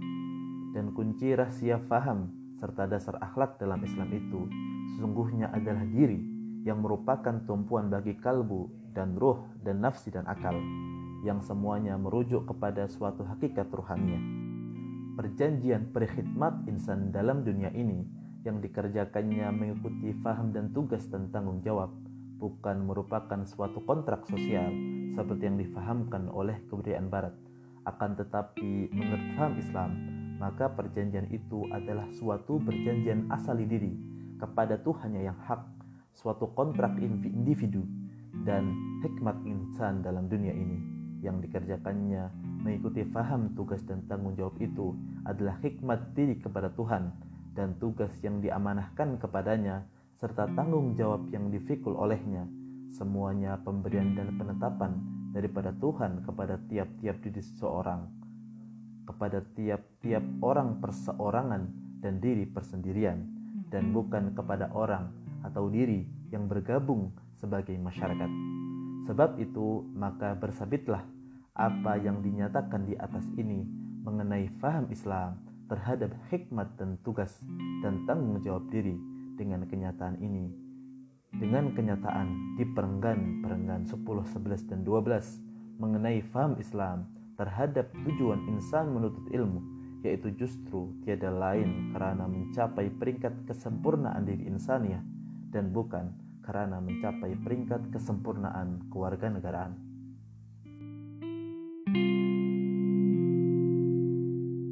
Dan kunci rahasia faham serta dasar akhlak dalam Islam itu sesungguhnya adalah diri yang merupakan tumpuan bagi kalbu dan ruh dan nafsi dan akal, yang semuanya merujuk kepada suatu hakikat ruhaniah. Perjanjian perikhidmat insan dalam dunia ini yang dikerjakannya mengikuti faham dan tugas dan tanggung jawab, bukan merupakan suatu kontrak sosial seperti yang difahamkan oleh kebudayaan Barat. Akan tetapi menurut faham Islam, maka perjanjian itu adalah suatu perjanjian asali diri kepada Tuhannya yang hak, suatu kontrak individu dan hikmat insan dalam dunia ini yang dikerjakannya mengikuti faham tugas dan tanggung jawab itu adalah hikmat diri kepada Tuhan dan tugas yang diamanahkan kepadanya serta tanggung jawab yang difikul olehnya, semuanya pemberian dan penetapan daripada Tuhan kepada tiap-tiap diri seseorang, kepada tiap-tiap orang perseorangan dan diri persendirian, dan bukan kepada orang atau diri yang bergabung sebagai masyarakat. Sebab itu maka bersabitlah apa yang dinyatakan di atas ini mengenai faham Islam terhadap hikmat dan tugas dan tanggung jawab diri dengan kenyataan ini. Dengan kenyataan di perenggan 10, 11, dan 12 mengenai faham Islam terhadap tujuan insan menuntut ilmu, yaitu justru tiada lain karena mencapai peringkat kesempurnaan diri insaniah dan bukan karena mencapai peringkat kesempurnaan kewarganegaraan.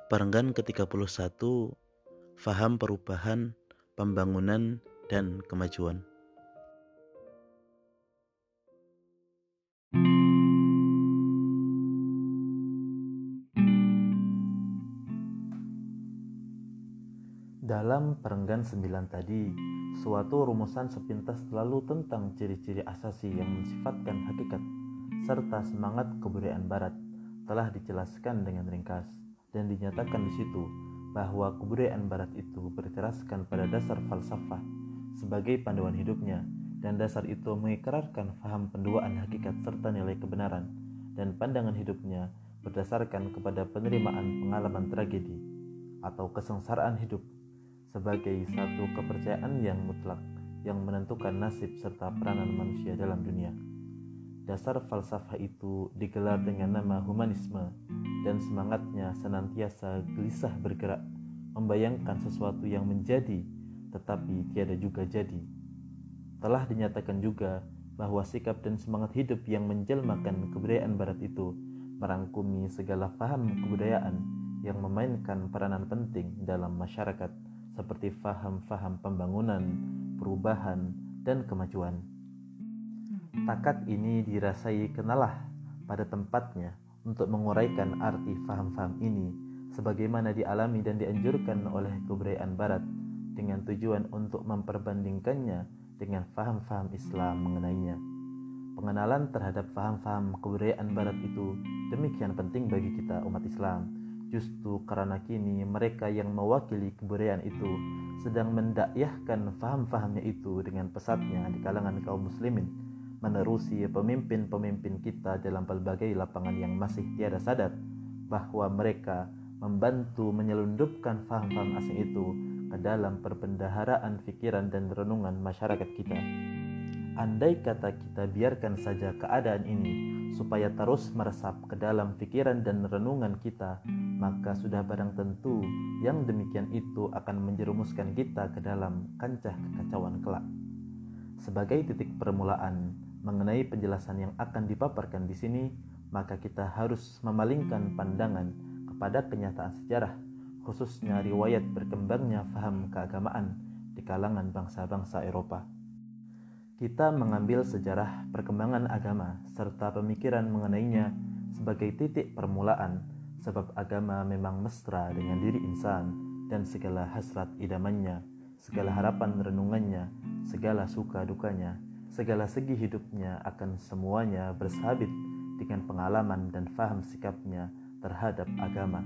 Perenggan ke-31, Faham perubahan, pembangunan, dan kemajuan. Dalam perenggan 9 tadi, suatu rumusan sepintas selalu tentang ciri-ciri asasi yang mensifatkan hakikat serta semangat kebudayaan Barat telah dijelaskan dengan ringkas dan dinyatakan di situ bahwa kebudayaan Barat itu berteraskan pada dasar falsafah sebagai panduan hidupnya, dan dasar itu mengikrarkan faham penduaan hakikat serta nilai kebenaran, dan pandangan hidupnya berdasarkan kepada penerimaan pengalaman tragedi atau kesengsaraan hidup sebagai satu kepercayaan yang mutlak yang menentukan nasib serta peranan manusia dalam dunia. Dasar falsafah itu digelar dengan nama humanisme, dan semangatnya senantiasa gelisah bergerak, membayangkan sesuatu yang menjadi tetapi tiada juga jadi. Telah dinyatakan juga bahwa sikap dan semangat hidup yang menjelmakan kebudayaan Barat itu merangkumi segala paham kebudayaan yang memainkan peranan penting dalam masyarakat, seperti faham-faham pembangunan, perubahan, dan kemajuan. Takat ini dirasai kenalah pada tempatnya untuk menguraikan arti faham-faham ini sebagaimana dialami dan dianjurkan oleh kebudayaan Barat, dengan tujuan untuk memperbandingkannya dengan faham-faham Islam mengenainya. Pengenalan terhadap faham-faham kebudayaan Barat itu demikian penting bagi kita umat Islam, justru karena kini mereka yang mewakili kebudayaan itu sedang mendakwahkan faham-fahamnya itu dengan pesatnya di kalangan kaum muslimin, menerusi pemimpin-pemimpin kita dalam berbagai lapangan yang masih tiada sadar bahwa mereka membantu menyelundupkan faham-faham asing itu ke dalam perbendaharaan pikiran dan renungan masyarakat kita. Andai kata kita biarkan saja keadaan ini supaya terus meresap ke dalam pikiran dan renungan kita, maka sudah barang tentu yang demikian itu akan menjerumuskan kita ke dalam kancah kekacauan kelak. Sebagai titik permulaan mengenai penjelasan yang akan dipaparkan di sini, maka kita harus memalingkan pandangan kepada kenyataan sejarah, khususnya riwayat berkembangnya faham keagamaan di kalangan bangsa-bangsa Eropa. Kita mengambil sejarah perkembangan agama serta pemikiran mengenainya sebagai titik permulaan, sebab agama memang mesra dengan diri insan dan segala hasrat idamannya, segala harapan renungannya, segala suka dukanya, segala segi hidupnya akan semuanya bersabit dengan pengalaman dan faham sikapnya terhadap agama.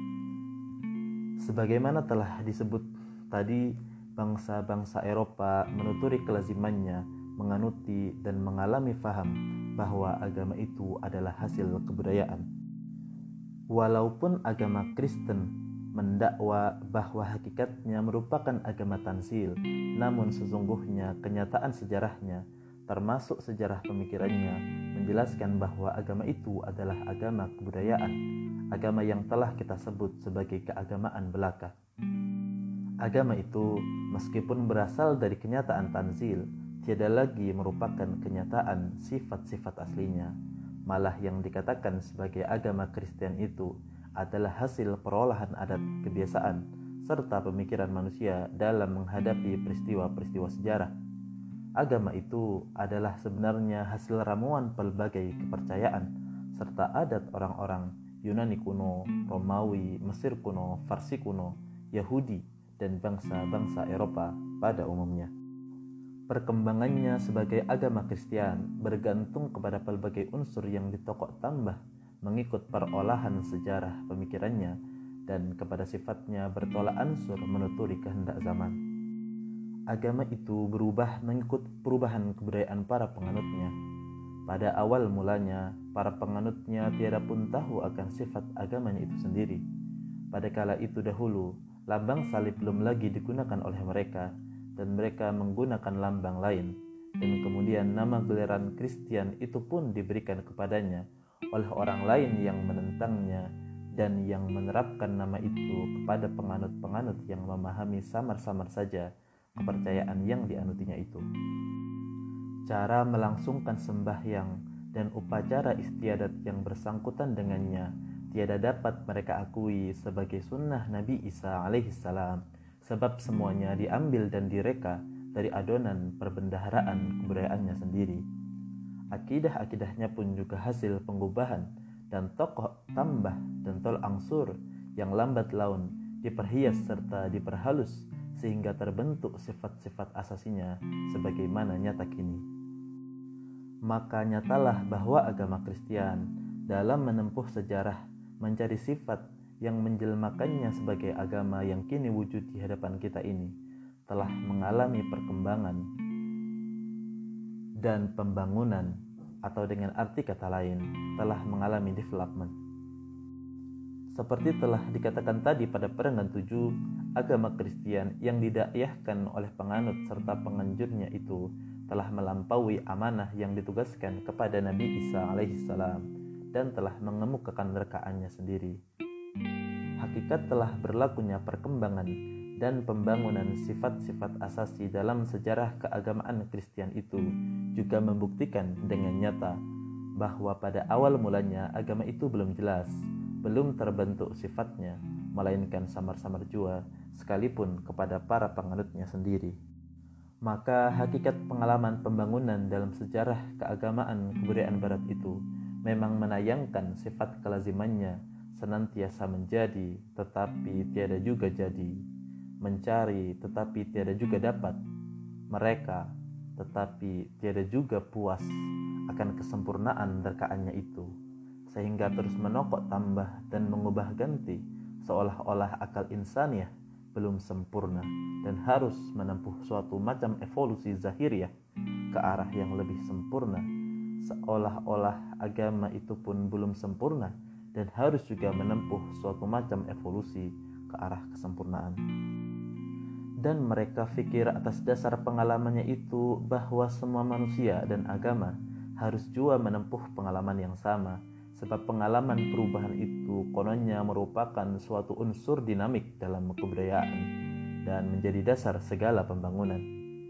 Sebagaimana telah disebut tadi, bangsa-bangsa Eropa menuturi kelazimannya menganuti dan mengalami faham bahwa agama itu adalah hasil kebudayaan. Walaupun agama Kristen mendakwa bahwa hakikatnya merupakan agama tanzil, namun sesungguhnya kenyataan sejarahnya, termasuk sejarah pemikirannya, menjelaskan bahwa agama itu adalah agama kebudayaan, agama yang telah kita sebut sebagai keagamaan belaka. Agama itu, meskipun berasal dari kenyataan tanzil, tiada lagi merupakan kenyataan sifat-sifat aslinya. Malah yang dikatakan sebagai agama Kristen itu adalah hasil perolahan adat, kebiasaan, serta pemikiran manusia dalam menghadapi peristiwa-peristiwa sejarah. Agama itu adalah sebenarnya hasil ramuan pelbagai kepercayaan, serta adat orang-orang Yunani kuno, Romawi, Mesir kuno, Farsi kuno, Yahudi, dan bangsa-bangsa Eropa pada umumnya. Perkembangannya sebagai agama Kristen bergantung kepada pelbagai unsur yang ditokok tambah mengikut perolahan sejarah pemikirannya dan kepada sifatnya bertolak ansur menuturi kehendak zaman. Agama itu berubah mengikut perubahan kebudayaan para penganutnya. Pada awal mulanya, para penganutnya tiada pun tahu akan sifat agamanya itu sendiri. Pada kala itu dahulu, lambang salib belum lagi digunakan oleh mereka, dan mereka menggunakan lambang lain, dan kemudian nama gelaran Kristen itu pun diberikan kepadanya oleh orang lain yang menentangnya dan yang menerapkan nama itu kepada penganut-penganut yang memahami samar-samar saja kepercayaan yang dianutinya itu. Cara melangsungkan sembahyang dan upacara istiadat yang bersangkutan dengannya tiada dapat mereka akui sebagai sunnah Nabi Isa alaihissalam, sebab semuanya diambil dan direka dari adonan perbendaharaan kebudayaannya sendiri. Akidah-akidahnya pun juga hasil pengubahan dan tokoh tambah dan tol angsur yang lambat laun diperhias serta diperhalus sehingga terbentuk sifat-sifat asasinya sebagaimana nyata kini. Maka nyatalah bahwa agama Kristen dalam menempuh sejarah mencari sifat yang menjelmakannya sebagai agama yang kini wujud di hadapan kita ini telah mengalami perkembangan dan pembangunan, atau dengan arti kata lain telah mengalami development. Seperti telah dikatakan tadi pada perengan 7, agama Kristen yang didakwahkan oleh penganut serta penganjurnya itu telah melampaui amanah yang ditugaskan kepada Nabi Isa alaihissalam dan telah mengemukakan rekaannya sendiri. Hakikat telah berlakunya perkembangan dan pembangunan sifat-sifat asasi dalam sejarah keagamaan Kristen itu juga membuktikan dengan nyata bahwa pada awal mulanya agama itu belum jelas, belum terbentuk sifatnya, melainkan samar-samar jua sekalipun kepada para penganutnya sendiri. Maka hakikat pengalaman pembangunan dalam sejarah keagamaan kebudayaan barat itu memang menayangkan sifat kelazimannya senantiasa menjadi tetapi tiada juga jadi, mencari tetapi tiada juga dapat, mereka tetapi tiada juga puas akan kesempurnaan rekaannya itu, sehingga terus menokok tambah dan mengubah ganti seolah-olah akal insaniah belum sempurna dan harus menempuh suatu macam evolusi zahiriah ke arah yang lebih sempurna, seolah-olah agama itu pun belum sempurna dan harus juga menempuh suatu macam evolusi ke arah kesempurnaan. Dan mereka pikir atas dasar pengalamannya itu bahwa semua manusia dan agama harus juga menempuh pengalaman yang sama, sebab pengalaman perubahan itu kononnya merupakan suatu unsur dinamik dalam kebudayaan dan menjadi dasar segala pembangunan.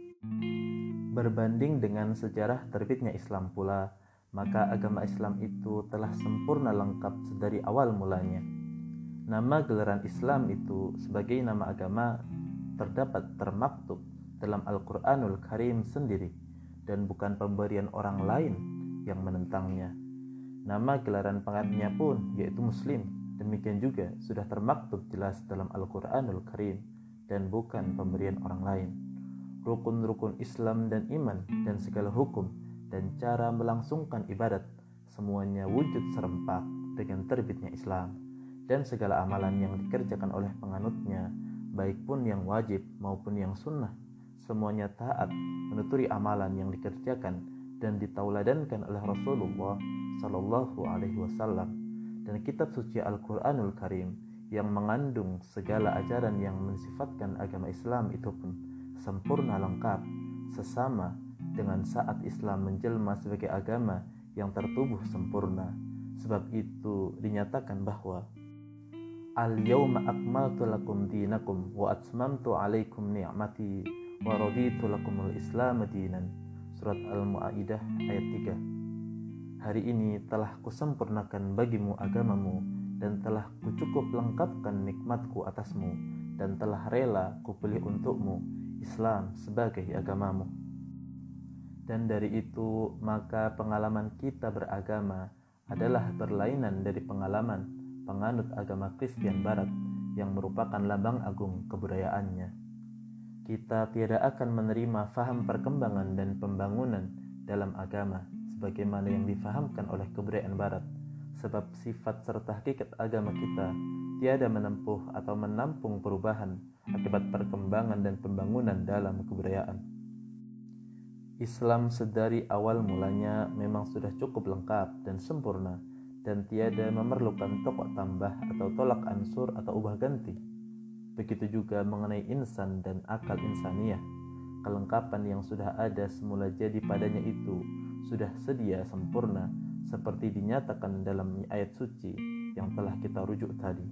Berbanding dengan sejarah terbitnya Islam pula, maka agama Islam itu telah sempurna lengkap sedari awal mulanya. Nama gelaran Islam itu sebagai nama agama terdapat termaktub dalam Al-Quranul Karim sendiri dan bukan pemberian orang lain yang menentangnya. Nama gelaran penganutnya pun yaitu Muslim, demikian juga sudah termaktub jelas dalam Al-Quranul Karim dan bukan pemberian orang lain. Rukun-rukun Islam dan iman dan segala hukum dan cara melangsungkan ibadat semuanya wujud serempak dengan terbitnya Islam, dan segala amalan yang dikerjakan oleh penganutnya baik pun yang wajib maupun yang sunnah semuanya taat menuturi amalan yang dikerjakan dan ditauladankan oleh Rasulullah Sallallahu Alaihi Wasallam dan kitab suci Al-Quranul Karim yang mengandung segala ajaran yang mensifatkan agama Islam itu pun sempurna lengkap sesama dengan saat Islam menjelma sebagai agama yang tertubuh sempurna. Sebab itu dinyatakan bahwa Al-yawma akmaltu lakum dinakum wa atmamtu alaikum ni'mati wa raditu lakumul islam dinan. Surat Al-Mu'aidah ayat 3. Hari ini telah kusempurnakan bagimu agamamu dan telah kucukup lengkapkan nikmatku atasmu dan telah rela kupilih untukmu Islam sebagai agamamu. Dan dari itu maka pengalaman kita beragama adalah berlainan dari pengalaman penganut agama Kristen Barat yang merupakan lambang agung kebudayaannya. Kita tiada akan menerima faham perkembangan dan pembangunan dalam agama sebagaimana yang difahamkan oleh kebudayaan Barat, sebab sifat serta hakikat agama kita tiada menempuh atau menampung perubahan akibat perkembangan dan pembangunan dalam kebudayaan. Islam sedari awal mulanya memang sudah cukup lengkap dan sempurna dan tiada memerlukan tokok tambah atau tolak ansur atau ubah ganti. Begitu juga mengenai insan dan akal insaniah, kelengkapan yang sudah ada semula jadi padanya itu sudah sedia sempurna seperti dinyatakan dalam ayat suci yang telah kita rujuk tadi.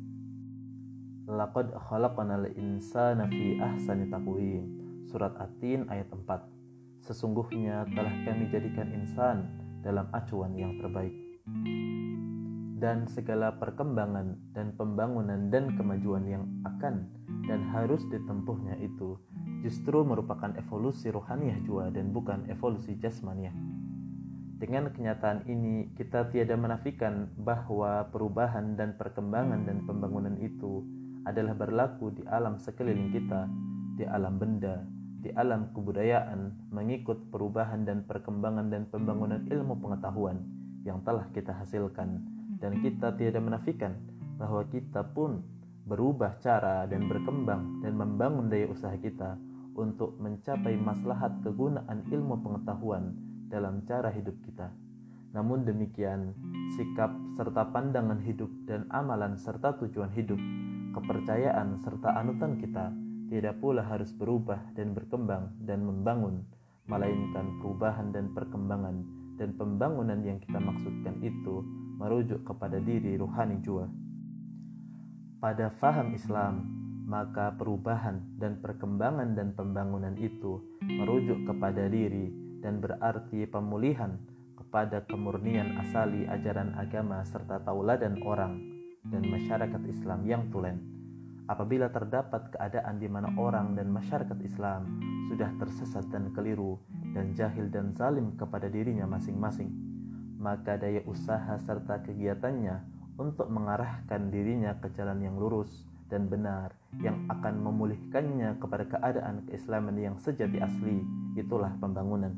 Laqad khalaqnal insana fi ahsani taqwim. Surat At-Tin ayat 4. Sesungguhnya telah kami jadikan insan dalam acuan yang terbaik. dan segala perkembangan dan pembangunan dan kemajuan yang akan dan harus ditempuhnya itu justru merupakan evolusi rohaniah jua dan bukan evolusi jasmaniah. Dengan kenyataan ini, kita tiada menafikan bahwa perubahan dan perkembangan dan pembangunan itu adalah berlaku di alam sekeliling kita, di alam benda, di alam kebudayaan, mengikut perubahan dan perkembangan dan pembangunan ilmu pengetahuan yang telah kita hasilkan. Dan kita tiada menafikan bahwa kita pun berubah cara dan berkembang dan membangun daya usaha kita untuk mencapai maslahat kegunaan ilmu pengetahuan dalam cara hidup kita. Namun demikian, sikap serta pandangan hidup dan amalan serta tujuan hidup, kepercayaan serta anutan kita tidak pula harus berubah dan berkembang dan membangun, melainkan perubahan dan perkembangan dan pembangunan yang kita maksudkan itu merujuk kepada diri ruhani jua. Pada faham Islam, maka perubahan dan perkembangan dan pembangunan itu merujuk kepada diri dan berarti pemulihan kepada kemurnian asali ajaran agama serta tauladan orang dan masyarakat Islam yang tulen. Apabila terdapat keadaan di mana orang dan masyarakat Islam sudah tersesat dan keliru dan jahil dan zalim kepada dirinya masing-masing, maka daya usaha serta kegiatannya untuk mengarahkan dirinya ke jalan yang lurus dan benar yang akan memulihkannya kepada keadaan keislaman yang sejati asli, itulah pembangunan.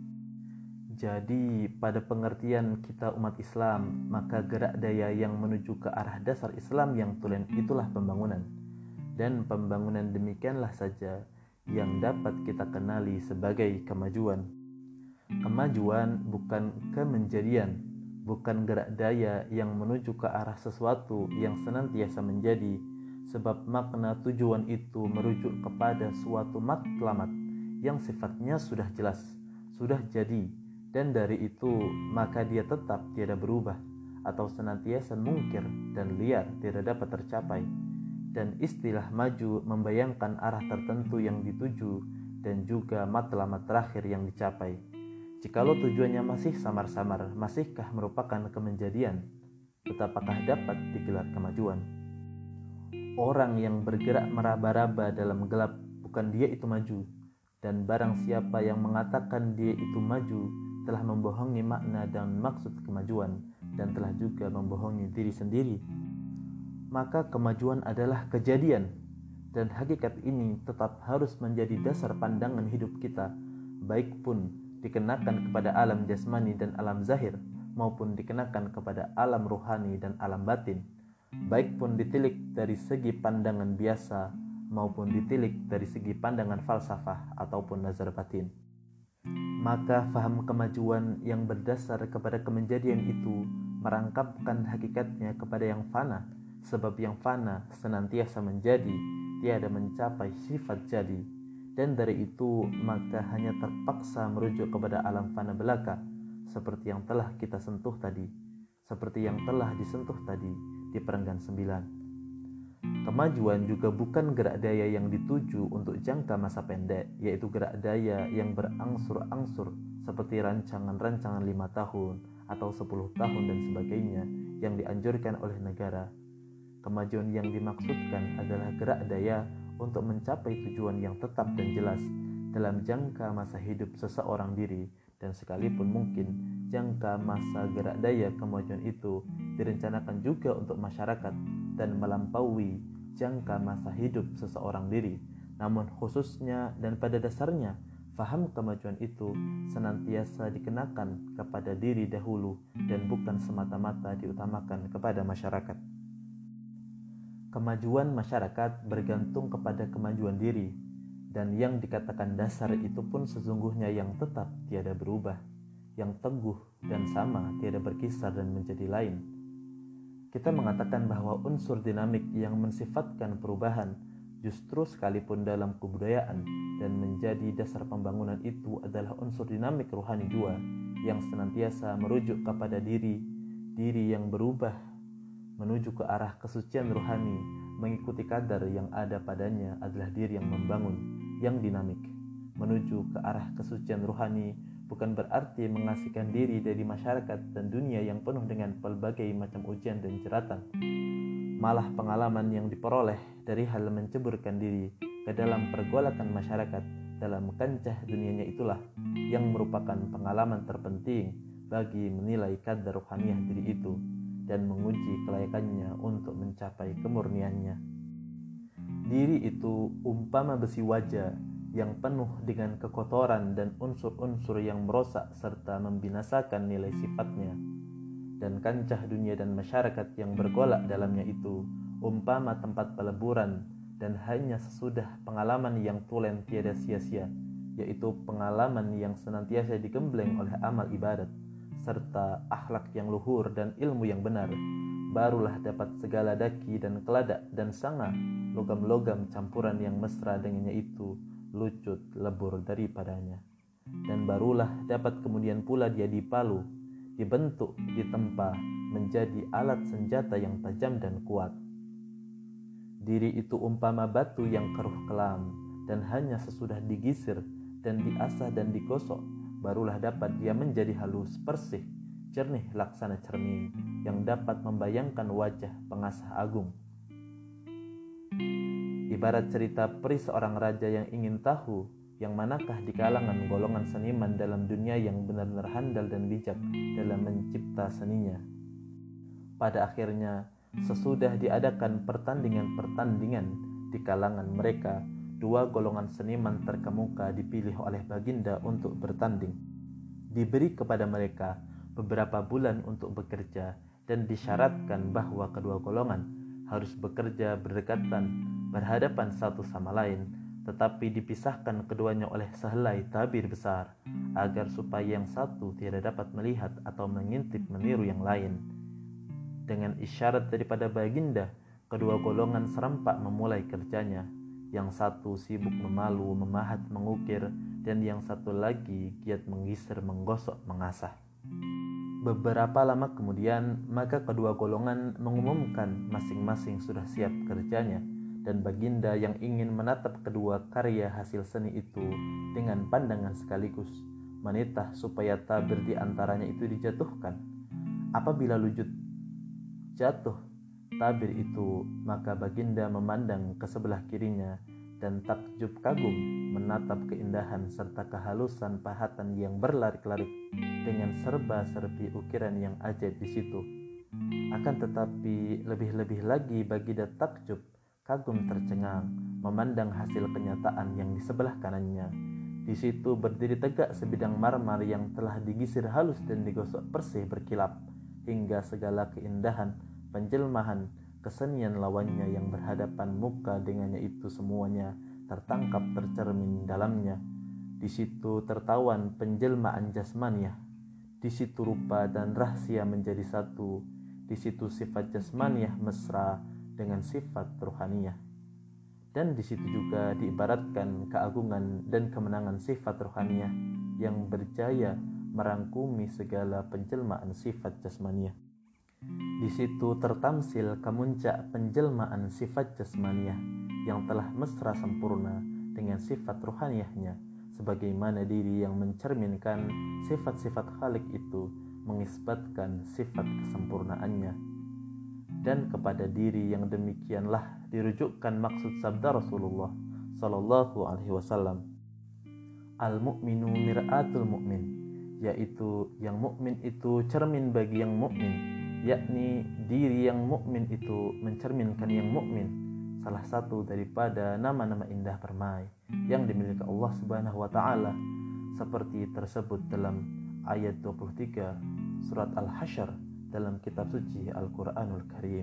Jadi pada pengertian kita umat Islam, maka gerak daya yang menuju ke arah dasar Islam yang tulen itulah pembangunan. Dan pembangunan demikianlah saja yang dapat kita kenali sebagai kemajuan. Kemajuan bukan kemenjadian, bukan gerak daya yang menuju ke arah sesuatu yang senantiasa menjadi, sebab makna tujuan itu merujuk kepada suatu matlamat yang sifatnya sudah jelas, sudah jadi, dan dari itu maka dia tetap tiada berubah atau senantiasa mungkir dan liar tidak dapat tercapai. Dan istilah maju membayangkan arah tertentu yang dituju dan juga matlamat terakhir yang dicapai. Jikalau tujuannya masih samar-samar, masihkah merupakan kemenjadian? Betapakah dapat digelar kemajuan? Orang yang bergerak meraba-raba dalam gelap, bukan dia itu maju. Dan barang siapa yang mengatakan dia itu maju telah membohongi makna dan maksud kemajuan dan telah juga membohongi diri sendiri. Maka kemajuan adalah kejadian, dan hakikat ini tetap harus menjadi dasar pandangan hidup kita, baik pun dikenakan kepada alam jasmani dan alam zahir, maupun dikenakan kepada alam ruhani dan alam batin, baik pun ditilik dari segi pandangan biasa maupun ditilik dari segi pandangan falsafah ataupun nazar batin. Maka faham kemajuan yang berdasar kepada kemenjadian itu merangkapkan hakikatnya kepada yang fana, sebab yang fana senantiasa menjadi, tiada mencapai sifat jadi. Dan dari itu maka hanya terpaksa merujuk kepada alam fana belaka, seperti yang telah kita sentuh tadi, seperti yang telah disentuh tadi di perenggan 9. Kemajuan juga bukan gerak daya yang dituju untuk jangka masa pendek, yaitu gerak daya yang berangsur-angsur seperti rancangan-rancangan 5 tahun atau 10 tahun dan sebagainya yang dianjurkan oleh negara. Kemajuan yang dimaksudkan adalah gerak daya untuk mencapai tujuan yang tetap dan jelas dalam jangka masa hidup seseorang diri, dan sekalipun mungkin jangka masa gerak daya kemajuan itu direncanakan juga untuk masyarakat dan melampaui jangka masa hidup seseorang diri, namun khususnya dan pada dasarnya faham kemajuan itu senantiasa dikenakan kepada diri dahulu dan bukan semata-mata diutamakan kepada masyarakat. Kemajuan masyarakat bergantung kepada kemajuan diri, dan yang dikatakan dasar itu pun sesungguhnya yang tetap tiada berubah, yang teguh dan sama, tiada berkisar dan menjadi lain. Kita mengatakan bahwa unsur dinamik yang mensifatkan perubahan justru sekalipun dalam kebudayaan dan menjadi dasar pembangunan itu adalah unsur dinamik rohani jua yang senantiasa merujuk kepada diri yang berubah menuju ke arah kesucian rohani, mengikuti kadar yang ada padanya adalah diri yang membangun, yang dinamik, menuju ke arah kesucian rohani, bukan berarti mengasingkan diri dari masyarakat dan dunia yang penuh dengan berbagai macam ujian dan jeratan. Malah pengalaman yang diperoleh dari hal menceburkan diri ke dalam pergolakan masyarakat dalam kancah dunianya itulah yang merupakan pengalaman terpenting bagi menilai kadar ruhaniah diri itu dan menguji kelayakannya untuk mencapai kemurniannya. Diri itu umpama besi waja yang penuh dengan kekotoran dan unsur-unsur yang merosak serta membinasakan nilai sifatnya. Dan kancah dunia dan masyarakat yang bergolak dalamnya itu umpama tempat peleburan dan hanya sesudah pengalaman yang tulen tiada sia-sia, yaitu pengalaman yang senantiasa digembleng oleh amal ibadat serta akhlak yang luhur dan ilmu yang benar, barulah dapat segala daki dan keladak dan sanga logam-logam campuran yang mesra dengannya itu lucut lebur daripadanya, dan barulah dapat kemudian pula dia dipalu, dibentuk, ditempa menjadi alat senjata yang tajam dan kuat. Diri itu umpama batu yang keruh kelam dan hanya sesudah digisir dan diasah dan digosok barulah dapat dia menjadi halus, bersih, jernih laksana cermin yang dapat membayangkan wajah pengasah agung. Ibarat cerita peri seorang raja yang ingin tahu yang manakah di kalangan golongan seniman dalam dunia yang benar-benar handal dan bijak dalam mencipta seninya. Pada akhirnya, sesudah diadakan pertandingan-pertandingan di kalangan mereka, dua golongan seniman terkemuka dipilih oleh Baginda untuk bertanding. Diberi kepada mereka beberapa bulan untuk bekerja dan disyaratkan bahwa kedua golongan harus bekerja berdekatan, berhadapan satu sama lain, tetapi dipisahkan keduanya oleh sehelai tabir besar, agar supaya yang satu tidak dapat melihat atau mengintip meniru yang lain. Dengan isyarat daripada Baginda, kedua golongan serempak memulai kerjanya. Yang satu sibuk memalu, memahat, mengukir, dan yang satu lagi giat menggisir, menggosok, mengasah. Beberapa lama kemudian, maka kedua golongan mengumumkan masing-masing sudah siap kerjanya, dan Baginda yang ingin menatap kedua karya hasil seni itu dengan pandangan sekaligus menitah supaya tabir di antaranya itu dijatuhkan. Apabila lujud jatuh tabir itu, maka Baginda memandang ke sebelah kirinya dan takjub kagum menatap keindahan serta kehalusan pahatan yang berlarik-larik dengan serba-serbi ukiran yang ajaib di situ. Akan tetapi lebih-lebih lagi Baginda takjub kagum tercengang memandang hasil kenyataan yang di sebelah kanannya. Di situ berdiri tegak sebidang marmer yang telah digisir halus dan digosok bersih berkilap, hingga segala keindahan, penjelmahan, kesenian lawannya yang berhadapan muka dengannya itu semuanya tertangkap tercermin dalamnya. Di situ tertawan penjelmaan jasmaniah, di situ rupa dan rahasia menjadi satu, di situ sifat jasmaniah mesra dengan sifat ruhaniyah. Dan di situ juga diibaratkan keagungan dan kemenangan sifat ruhaniyah yang berjaya merangkumi segala penjelmaan sifat jasmaniah. Di situ tertamsil kemuncak penjelmaan sifat jasmaniah yang telah mesra sempurna dengan sifat ruhaniyahnya, sebagaimana diri yang mencerminkan sifat-sifat Khalik itu mengisbatkan sifat kesempurnaannya. Dan kepada diri yang demikianlah dirujukkan maksud sabda Rasulullah Sallallahu Alaihi Wasallam, al-mu'minu mir'atul mu'min, yaitu yang mukmin itu cermin bagi yang mukmin, yakni diri yang mukmin itu mencerminkan yang mukmin. Salah satu daripada nama-nama indah permai yang dimiliki Allah Subhanahu wa taala, seperti tersebut dalam ayat 23 surat Al-Hasyr dalam kitab suci Al-Qur'anul Karim.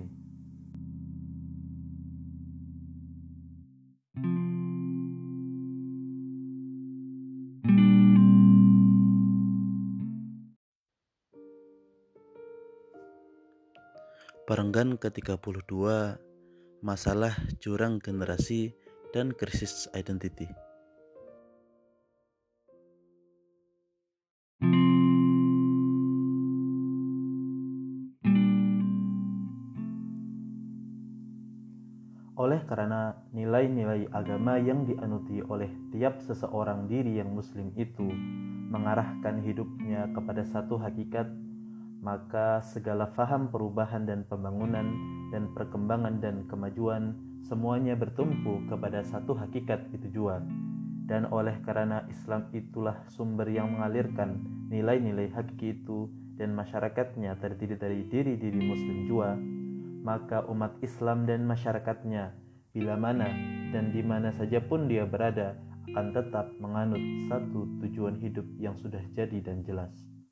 Perenggan ke-32, masalah jurang generasi dan krisis identity. Oleh karena nilai-nilai agama yang dianuti oleh tiap seseorang diri yang muslim itu mengarahkan hidupnya kepada satu hakikat, maka segala faham perubahan dan pembangunan dan perkembangan dan kemajuan semuanya bertumpu kepada satu hakikat itu jua. Dan oleh karena Islam itulah sumber yang mengalirkan nilai-nilai hakiki itu dan masyarakatnya terdiri dari diri-diri muslim jua, maka umat Islam dan masyarakatnya bila mana dan di mana saja pun dia berada akan tetap menganut satu tujuan hidup yang sudah jadi dan jelas.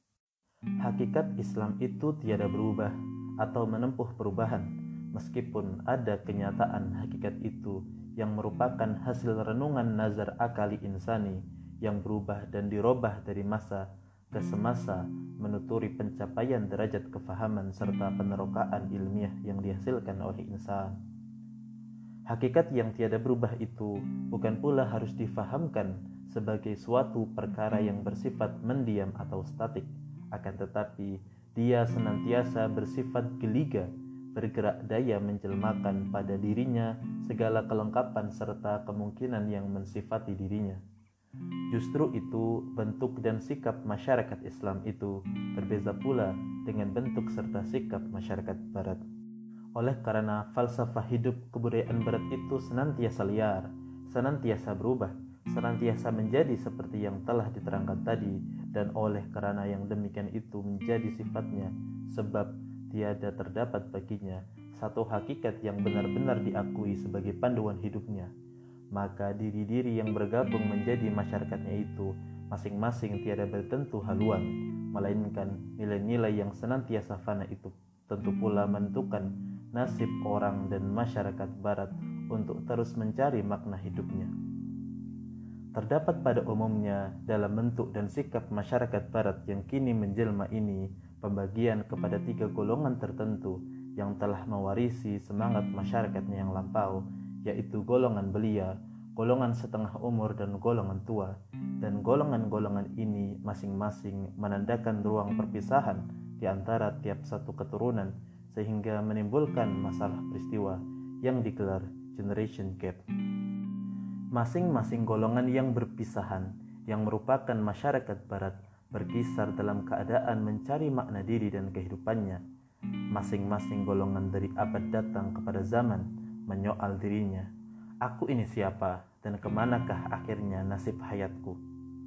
Hakikat Islam itu tiada berubah atau menempuh perubahan, meskipun ada kenyataan hakikat itu yang merupakan hasil renungan nazar akali insani yang berubah dan dirubah dari masa ke semasa menuturi pencapaian derajat kefahaman serta penerokaan ilmiah yang dihasilkan oleh insan. Hakikat yang tiada berubah itu bukan pula harus difahamkan sebagai suatu perkara yang bersifat mendiam atau statik, akan tetapi dia senantiasa bersifat geliga, bergerak daya menjelmakan pada dirinya segala kelengkapan serta kemungkinan yang mensifati dirinya. Justru itu bentuk dan sikap masyarakat Islam itu berbeza pula dengan bentuk serta sikap masyarakat Barat. Oleh karena falsafah hidup kebudayaan Barat itu senantiasa liar, senantiasa berubah, senantiasa menjadi seperti yang telah diterangkan tadi, dan oleh karena yang demikian itu menjadi sifatnya, sebab tiada terdapat baginya satu hakikat yang benar-benar diakui sebagai panduan hidupnya, maka diri-diri yang bergabung menjadi masyarakatnya itu masing-masing tiada bertentu haluan, melainkan nilai-nilai yang senantiasa fana itu tentu pula menentukan nasib orang dan masyarakat Barat untuk terus mencari makna hidupnya. Terdapat pada umumnya dalam bentuk dan sikap masyarakat Barat yang kini menjelma ini pembagian kepada 3 golongan tertentu yang telah mewarisi semangat masyarakatnya yang lampau, yaitu golongan belia, golongan setengah umur, dan golongan tua. Dan golongan-golongan ini masing-masing menandakan ruang perpisahan di antara tiap satu keturunan, sehingga menimbulkan masalah peristiwa yang digelar generation gap. Masing-masing golongan yang berpisahan yang merupakan masyarakat Barat berkisar dalam keadaan mencari makna diri dan kehidupannya. Masing-masing golongan dari abad datang kepada zaman menyoal dirinya, aku ini siapa dan kemanakah akhirnya nasib hayatku?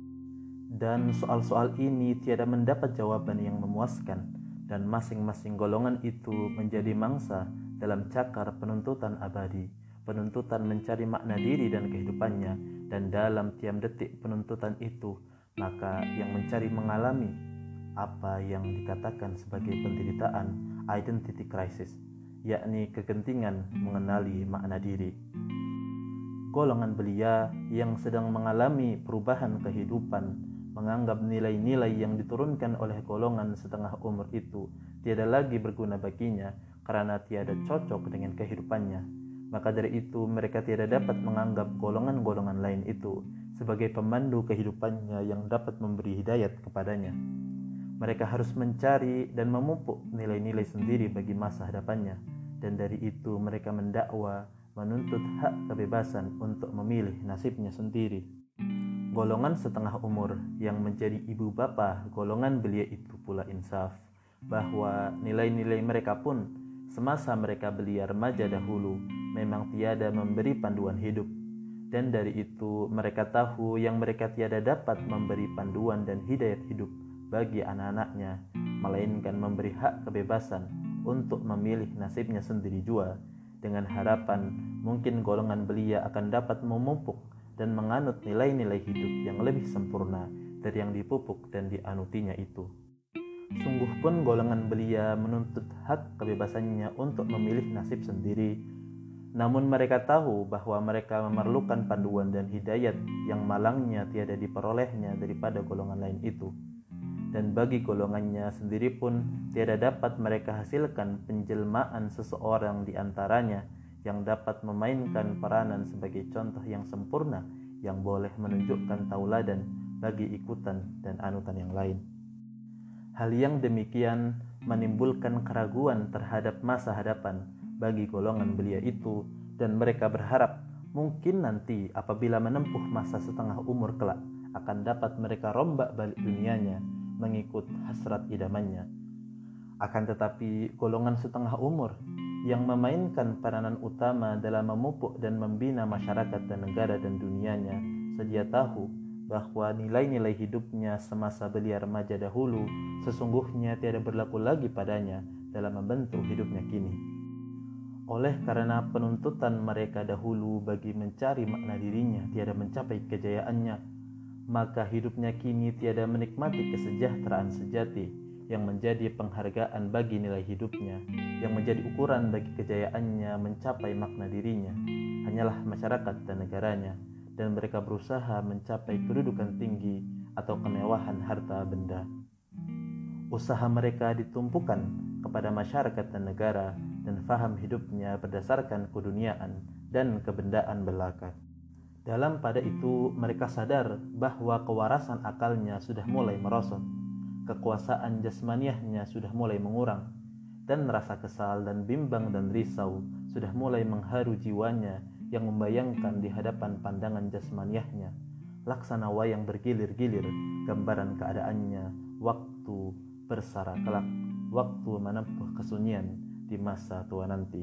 Dan soal-soal ini tiada mendapat jawaban yang memuaskan, dan masing-masing golongan itu menjadi mangsa dalam cakar penuntutan abadi, penuntutan mencari makna diri dan kehidupannya, dan dalam tiap detik penuntutan itu, maka yang mencari mengalami apa yang dikatakan sebagai penderitaan identity crisis, yakni kegentingan mengenali makna diri. Golongan belia yang sedang mengalami perubahan kehidupan menganggap nilai-nilai yang diturunkan oleh golongan setengah umur itu tiada lagi berguna baginya karena tiada cocok dengan kehidupannya. Maka dari itu mereka tiada dapat menganggap golongan-golongan lain itu sebagai pemandu kehidupannya yang dapat memberi hidayat kepadanya. Mereka harus mencari dan memupuk nilai-nilai sendiri bagi masa hadapannya, dan dari itu mereka mendakwa, menuntut hak kebebasan untuk memilih nasibnya sendiri. Golongan setengah umur yang menjadi ibu bapa golongan belia itu pula insaf bahwa nilai-nilai mereka pun semasa mereka belia remaja dahulu memang tiada memberi panduan hidup, dan dari itu mereka tahu yang mereka tiada dapat memberi panduan dan hidayat hidup bagi anak-anaknya, melainkan memberi hak kebebasan untuk memilih nasibnya sendiri jua, dengan harapan mungkin golongan belia akan dapat memupuk dan menganut nilai-nilai hidup yang lebih sempurna dari yang dipupuk dan dianutinya itu. Sungguh pun golongan belia menuntut hak kebebasannya untuk memilih nasib sendiri, namun mereka tahu bahwa mereka memerlukan panduan dan hidayat yang malangnya tiada diperolehnya daripada golongan lain itu. Dan bagi golongannya sendiri pun tiada dapat mereka hasilkan penjelmaan seseorang di antaranya yang dapat memainkan peranan sebagai contoh yang sempurna yang boleh menunjukkan tauladan bagi ikutan dan anutan yang lain. Hal yang demikian menimbulkan keraguan terhadap masa hadapan bagi golongan belia itu, dan mereka berharap mungkin nanti apabila menempuh masa setengah umur kelak akan dapat mereka rombak balik dunianya mengikut hasrat idamannya. Akan tetapi golongan setengah umur yang memainkan peranan utama dalam memupuk dan membina masyarakat dan negara dan dunianya sedia tahu bahwa nilai-nilai hidupnya semasa belia remaja dahulu sesungguhnya tiada berlaku lagi padanya dalam membentuk hidupnya kini. Oleh karena penuntutan mereka dahulu bagi mencari makna dirinya tiada mencapai kejayaannya, maka hidupnya kini tiada menikmati kesejahteraan sejati yang menjadi penghargaan bagi nilai hidupnya, yang menjadi ukuran bagi kejayaannya mencapai makna dirinya, hanyalah masyarakat dan negaranya, dan mereka berusaha mencapai kedudukan tinggi atau kemewahan harta benda. Usaha mereka ditumpukan kepada masyarakat dan negara dan faham hidupnya berdasarkan keduniaan dan kebendaan belaka. Dalam pada itu mereka sadar bahwa kewarasan akalnya sudah mulai merosot, kekuasaan jasmaniahnya sudah mulai mengurang, dan rasa kesal dan bimbang dan risau sudah mulai mengharu jiwanya yang membayangkan di hadapan pandangan jasmaniahnya laksana wayang bergilir-gilir gambaran keadaannya waktu bersara kelak, waktu menempuh kesunyian di masa tua nanti.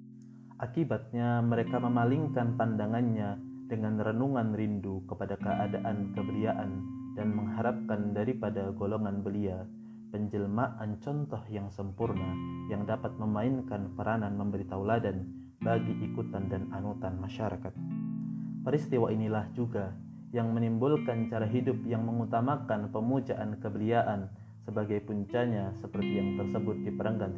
Akibatnya mereka memalingkan pandangannya dengan renungan rindu kepada keadaan kebeliaan dan mengharapkan daripada golongan belia penjelmaan contoh yang sempurna yang dapat memainkan peranan memberi tauladan bagi ikutan dan anutan masyarakat. Peristiwa inilah juga yang menimbulkan cara hidup yang mengutamakan pemujaan kebeliaan sebagai puncanya seperti yang tersebut di Perenggan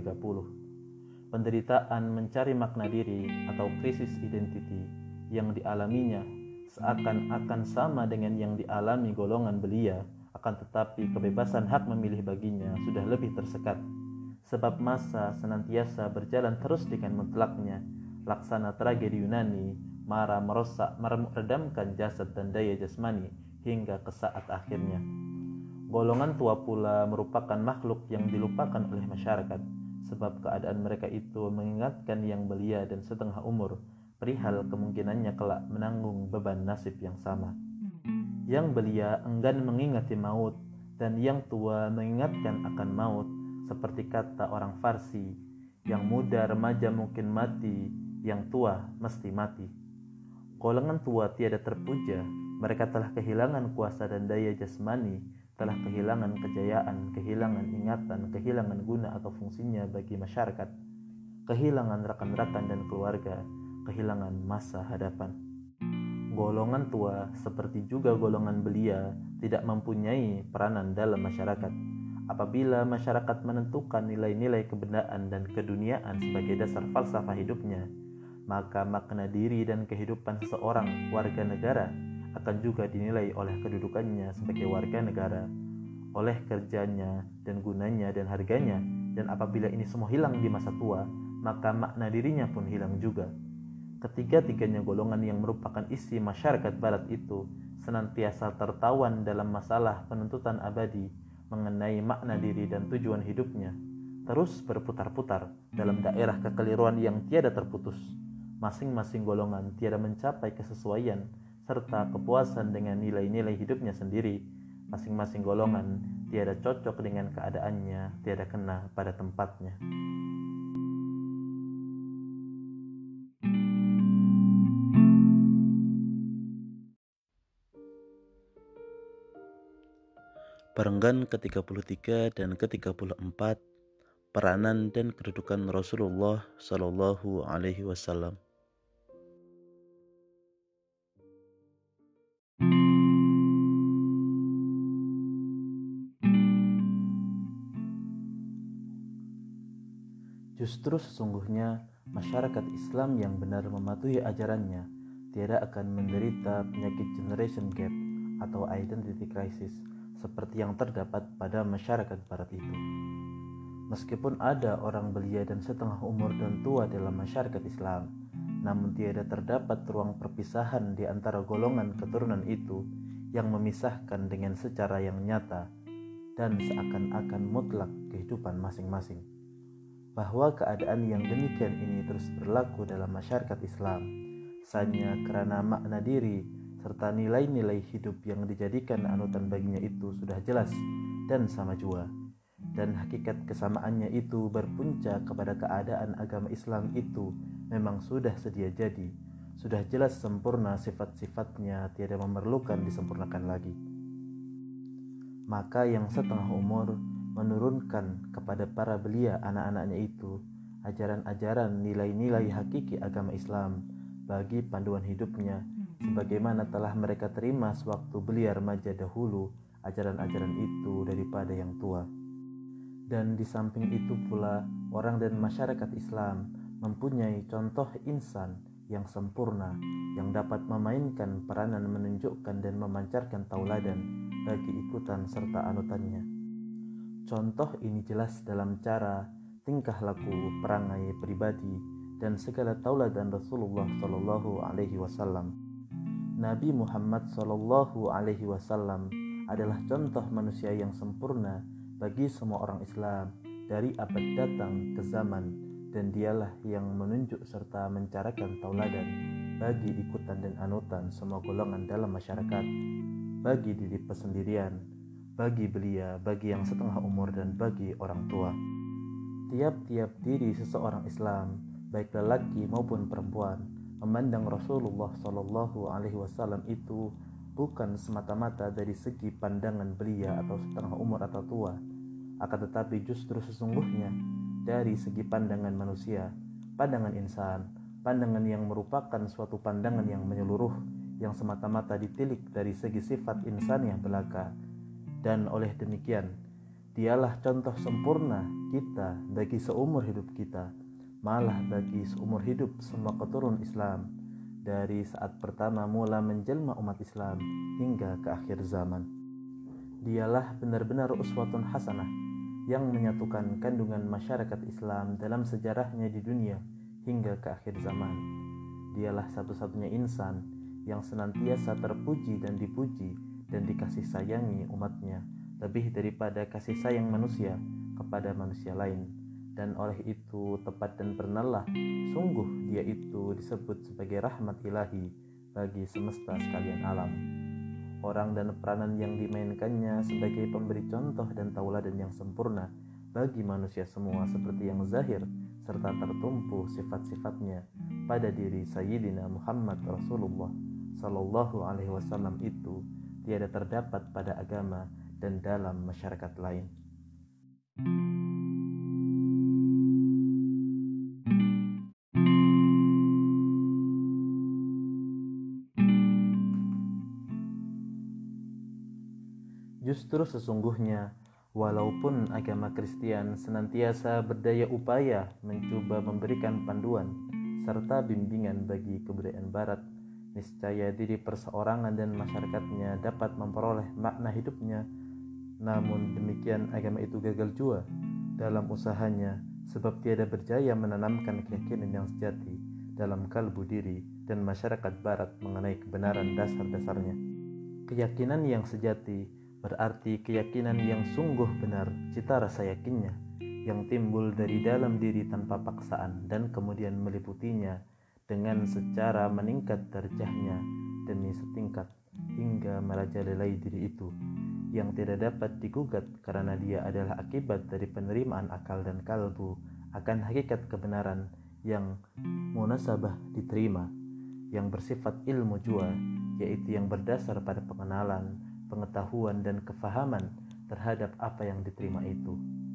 30. Penderitaan mencari makna diri atau krisis identiti yang dialaminya seakan-akan sama dengan yang dialami golongan belia, akan tetapi kebebasan hak memilih baginya sudah lebih tersekat, sebab masa senantiasa berjalan terus dengan mutlaknya, laksana tragedi Yunani, mara merosak meredamkan jasad dan daya jasmani hingga ke saat akhirnya. Golongan tua pula merupakan makhluk yang dilupakan oleh masyarakat, sebab keadaan mereka itu mengingatkan yang belia dan setengah umur perihal kemungkinannya kelak menanggung beban nasib yang sama. Yang belia enggan mengingati maut, dan yang tua mengingatkan akan maut, seperti kata orang Farsi, yang muda remaja mungkin mati, yang tua mesti mati. Golongan tua tiada terpuja, mereka telah kehilangan kuasa dan daya jasmani, telah kehilangan kejayaan, kehilangan ingatan, kehilangan guna atau fungsinya bagi masyarakat, kehilangan rekan-rekan dan keluarga, kehilangan masa hadapan. Golongan tua, seperti juga golongan belia, tidak mempunyai peranan dalam masyarakat. Apabila masyarakat menentukan nilai-nilai kebendaan dan keduniaan sebagai dasar falsafah hidupnya, maka makna diri dan kehidupan seseorang warga negara akan juga dinilai oleh kedudukannya sebagai warga negara, oleh kerjanya dan gunanya dan harganya. Dan apabila ini semua hilang di masa tua, maka makna dirinya pun hilang juga. Ketiga-tiganya golongan yang merupakan isi masyarakat barat itu senantiasa tertawan dalam masalah penuntutan abadi mengenai makna diri dan tujuan hidupnya, terus berputar-putar dalam daerah kekeliruan yang tiada terputus. Masing-masing golongan tiada mencapai kesesuaian serta kepuasan dengan nilai-nilai hidupnya sendiri. Masing-masing golongan tiada cocok dengan keadaannya, tiada kena pada tempatnya. Perenggan ke-33 dan ke-34, peranan dan kedudukan Rasulullah Shallallahu Alaihi Wasallam. Justru sesungguhnya masyarakat Islam yang benar mematuhi ajarannya tiada akan menderita penyakit generation gap atau identity crisis seperti yang terdapat pada masyarakat barat itu. Meskipun ada orang belia dan setengah umur dan tua dalam masyarakat Islam, namun tiada terdapat ruang perpisahan di antara golongan keturunan itu yang memisahkan dengan secara yang nyata dan seakan-akan mutlak kehidupan masing-masing. Bahwa keadaan yang demikian ini terus berlaku dalam masyarakat Islam hanya karena makna diri serta nilai-nilai hidup yang dijadikan anutan baginya itu sudah jelas dan sama jua. Dan hakikat kesamaannya itu berpunca kepada keadaan agama Islam itu memang sudah sedia jadi, sudah jelas sempurna sifat-sifatnya, tiada memerlukan disempurnakan lagi. Maka yang setengah umur menurunkan kepada para belia anak-anaknya itu ajaran-ajaran nilai-nilai hakiki agama Islam bagi panduan hidupnya, sebagaimana telah mereka terima sewaktu belia remaja dahulu ajaran-ajaran itu daripada yang tua. Dan di samping itu pula, orang dan masyarakat Islam mempunyai contoh insan yang sempurna, yang dapat memainkan peranan menunjukkan dan memancarkan tauladan bagi ikutan serta anutannya. Contoh ini jelas dalam cara, tingkah laku, perangai pribadi, dan segala tauladan Rasulullah Shallallahu Alaihi Wasallam. Nabi Muhammad Shallallahu Alaihi Wasallam adalah contoh manusia yang sempurna bagi semua orang Islam dari abad datang ke zaman, dan dialah yang menunjuk serta mencarakan tauladan bagi ikutan dan anutan semua golongan dalam masyarakat, bagi diri pesendirian, bagi belia, bagi yang setengah umur, dan bagi orang tua. Tiap-tiap diri seseorang Islam, baik lelaki maupun perempuan, memandang Rasulullah Shallallahu Alaihi Wasallam itu bukan semata-mata dari segi pandangan belia atau setengah umur atau tua, akan tetapi justru sesungguhnya dari segi pandangan manusia, pandangan insan, pandangan yang merupakan suatu pandangan yang menyeluruh, yang semata-mata ditilik dari segi sifat insan yang belaka. Dan oleh demikian, dialah contoh sempurna kita bagi seumur hidup kita, malah bagi seumur hidup semua keturunan Islam, dari saat pertama mula menjelma umat Islam hingga ke akhir zaman. Dialah benar-benar uswatun hasanah yang menyatukan kandungan masyarakat Islam dalam sejarahnya di dunia hingga ke akhir zaman. Dialah satu-satunya insan yang senantiasa terpuji dan dipuji dan dikasih sayangi umatnya lebih daripada kasih sayang manusia kepada manusia lain. Dan oleh itu tepat dan bernallah, sungguh dia itu disebut sebagai rahmat ilahi bagi semesta sekalian alam. Orang dan peranan yang dimainkannya sebagai pemberi contoh dan tauladan yang sempurna bagi manusia semua, seperti yang zahir serta tertumpu sifat-sifatnya pada diri Sayyidina Muhammad Rasulullah Sallallahu Alaihi Wasallam itu tiada terdapat pada agama dan dalam masyarakat lain. Justru sesungguhnya, walaupun agama Kristen senantiasa berdaya upaya mencoba memberikan panduan serta bimbingan bagi kebudayaan Barat, niscaya diri perseorangan dan masyarakatnya dapat memperoleh makna hidupnya. Namun demikian, agama itu gagal jua dalam usahanya, sebab tiada berjaya menanamkan keyakinan yang sejati dalam kalbu diri dan masyarakat Barat mengenai kebenaran dasar-dasarnya. Keyakinan yang sejati berarti keyakinan yang sungguh benar, cita rasa yakinnya, yang timbul dari dalam diri tanpa paksaan dan kemudian meliputinya dengan secara meningkat darjahnya demi setingkat hingga merajalelai diri itu, yang tidak dapat digugat karena dia adalah akibat dari penerimaan akal dan kalbu akan hakikat kebenaran yang munasabah diterima, yang bersifat ilmu jua, yaitu yang berdasar pada pengenalan, pengetahuan dan kefahaman terhadap apa yang diterima itu.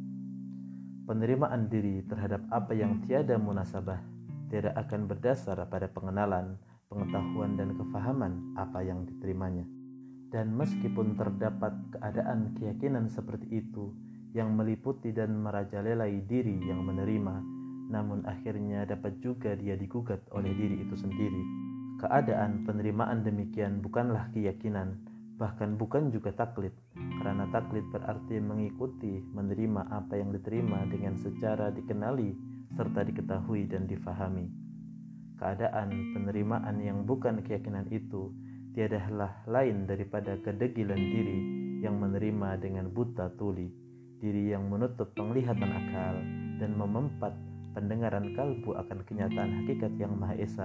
Penerimaan diri terhadap apa yang tiada munasabah tidak akan berdasar pada pengenalan, pengetahuan dan kefahaman apa yang diterimanya. Dan meskipun terdapat keadaan keyakinan seperti itu yang meliputi dan merajalelai diri yang menerima, namun akhirnya dapat juga dia digugat oleh diri itu sendiri. Keadaan penerimaan demikian bukanlah keyakinan, bahkan bukan juga taklid, karena taklid berarti mengikuti, menerima apa yang diterima dengan secara dikenali serta diketahui dan difahami. Keadaan penerimaan yang bukan keyakinan itu tiadalah lain daripada kedegilan diri yang menerima dengan buta tuli, diri yang menutup penglihatan akal dan memempat pendengaran kalbu akan kenyataan hakikat yang Maha Esa,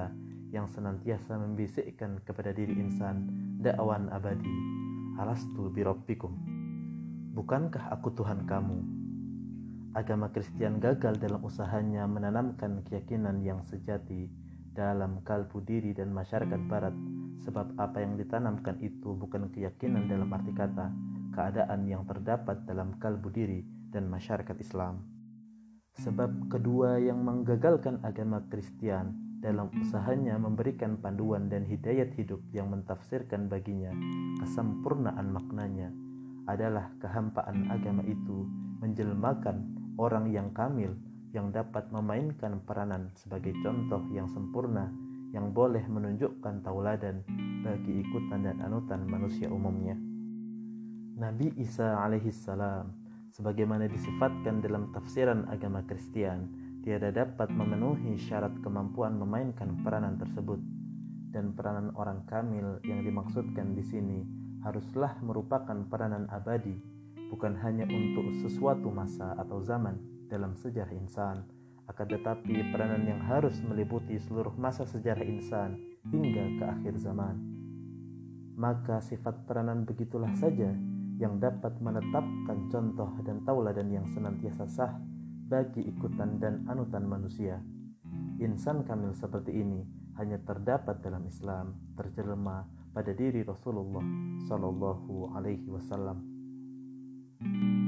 yang senantiasa membisikkan kepada diri insan dakwan abadi, alastu birabbikum, bukankah aku Tuhan kamu? Agama Kristen gagal dalam usahanya menanamkan keyakinan yang sejati dalam kalbu diri dan masyarakat barat, sebab apa yang ditanamkan itu bukan keyakinan dalam arti kata, keadaan yang terdapat dalam kalbu diri dan masyarakat Islam. Sebab kedua yang menggagalkan agama Kristen dalam usahanya memberikan panduan dan hidayat hidup yang mentafsirkan baginya kesempurnaan maknanya adalah kehampaan agama itu menjelmakan orang yang kamil yang dapat memainkan peranan sebagai contoh yang sempurna yang boleh menunjukkan tauladan bagi ikutan dan anutan manusia umumnya. Nabi Isa alaihissalam sebagaimana disifatkan dalam tafsiran agama Kristen, tiada dapat memenuhi syarat kemampuan memainkan peranan tersebut. Dan peranan orang kamil yang dimaksudkan di sini haruslah merupakan peranan abadi, bukan hanya untuk sesuatu masa atau zaman dalam sejarah insan, akan tetapi peranan yang harus meliputi seluruh masa sejarah insan hingga ke akhir zaman. Maka sifat peranan begitulah saja yang dapat menetapkan contoh dan tauladan yang senantiasa sah bagi ikutan dan anutan manusia. Insan kamil seperti ini hanya terdapat dalam Islam, terjelma pada diri Rasulullah Shallallahu Alaihi Wasallam.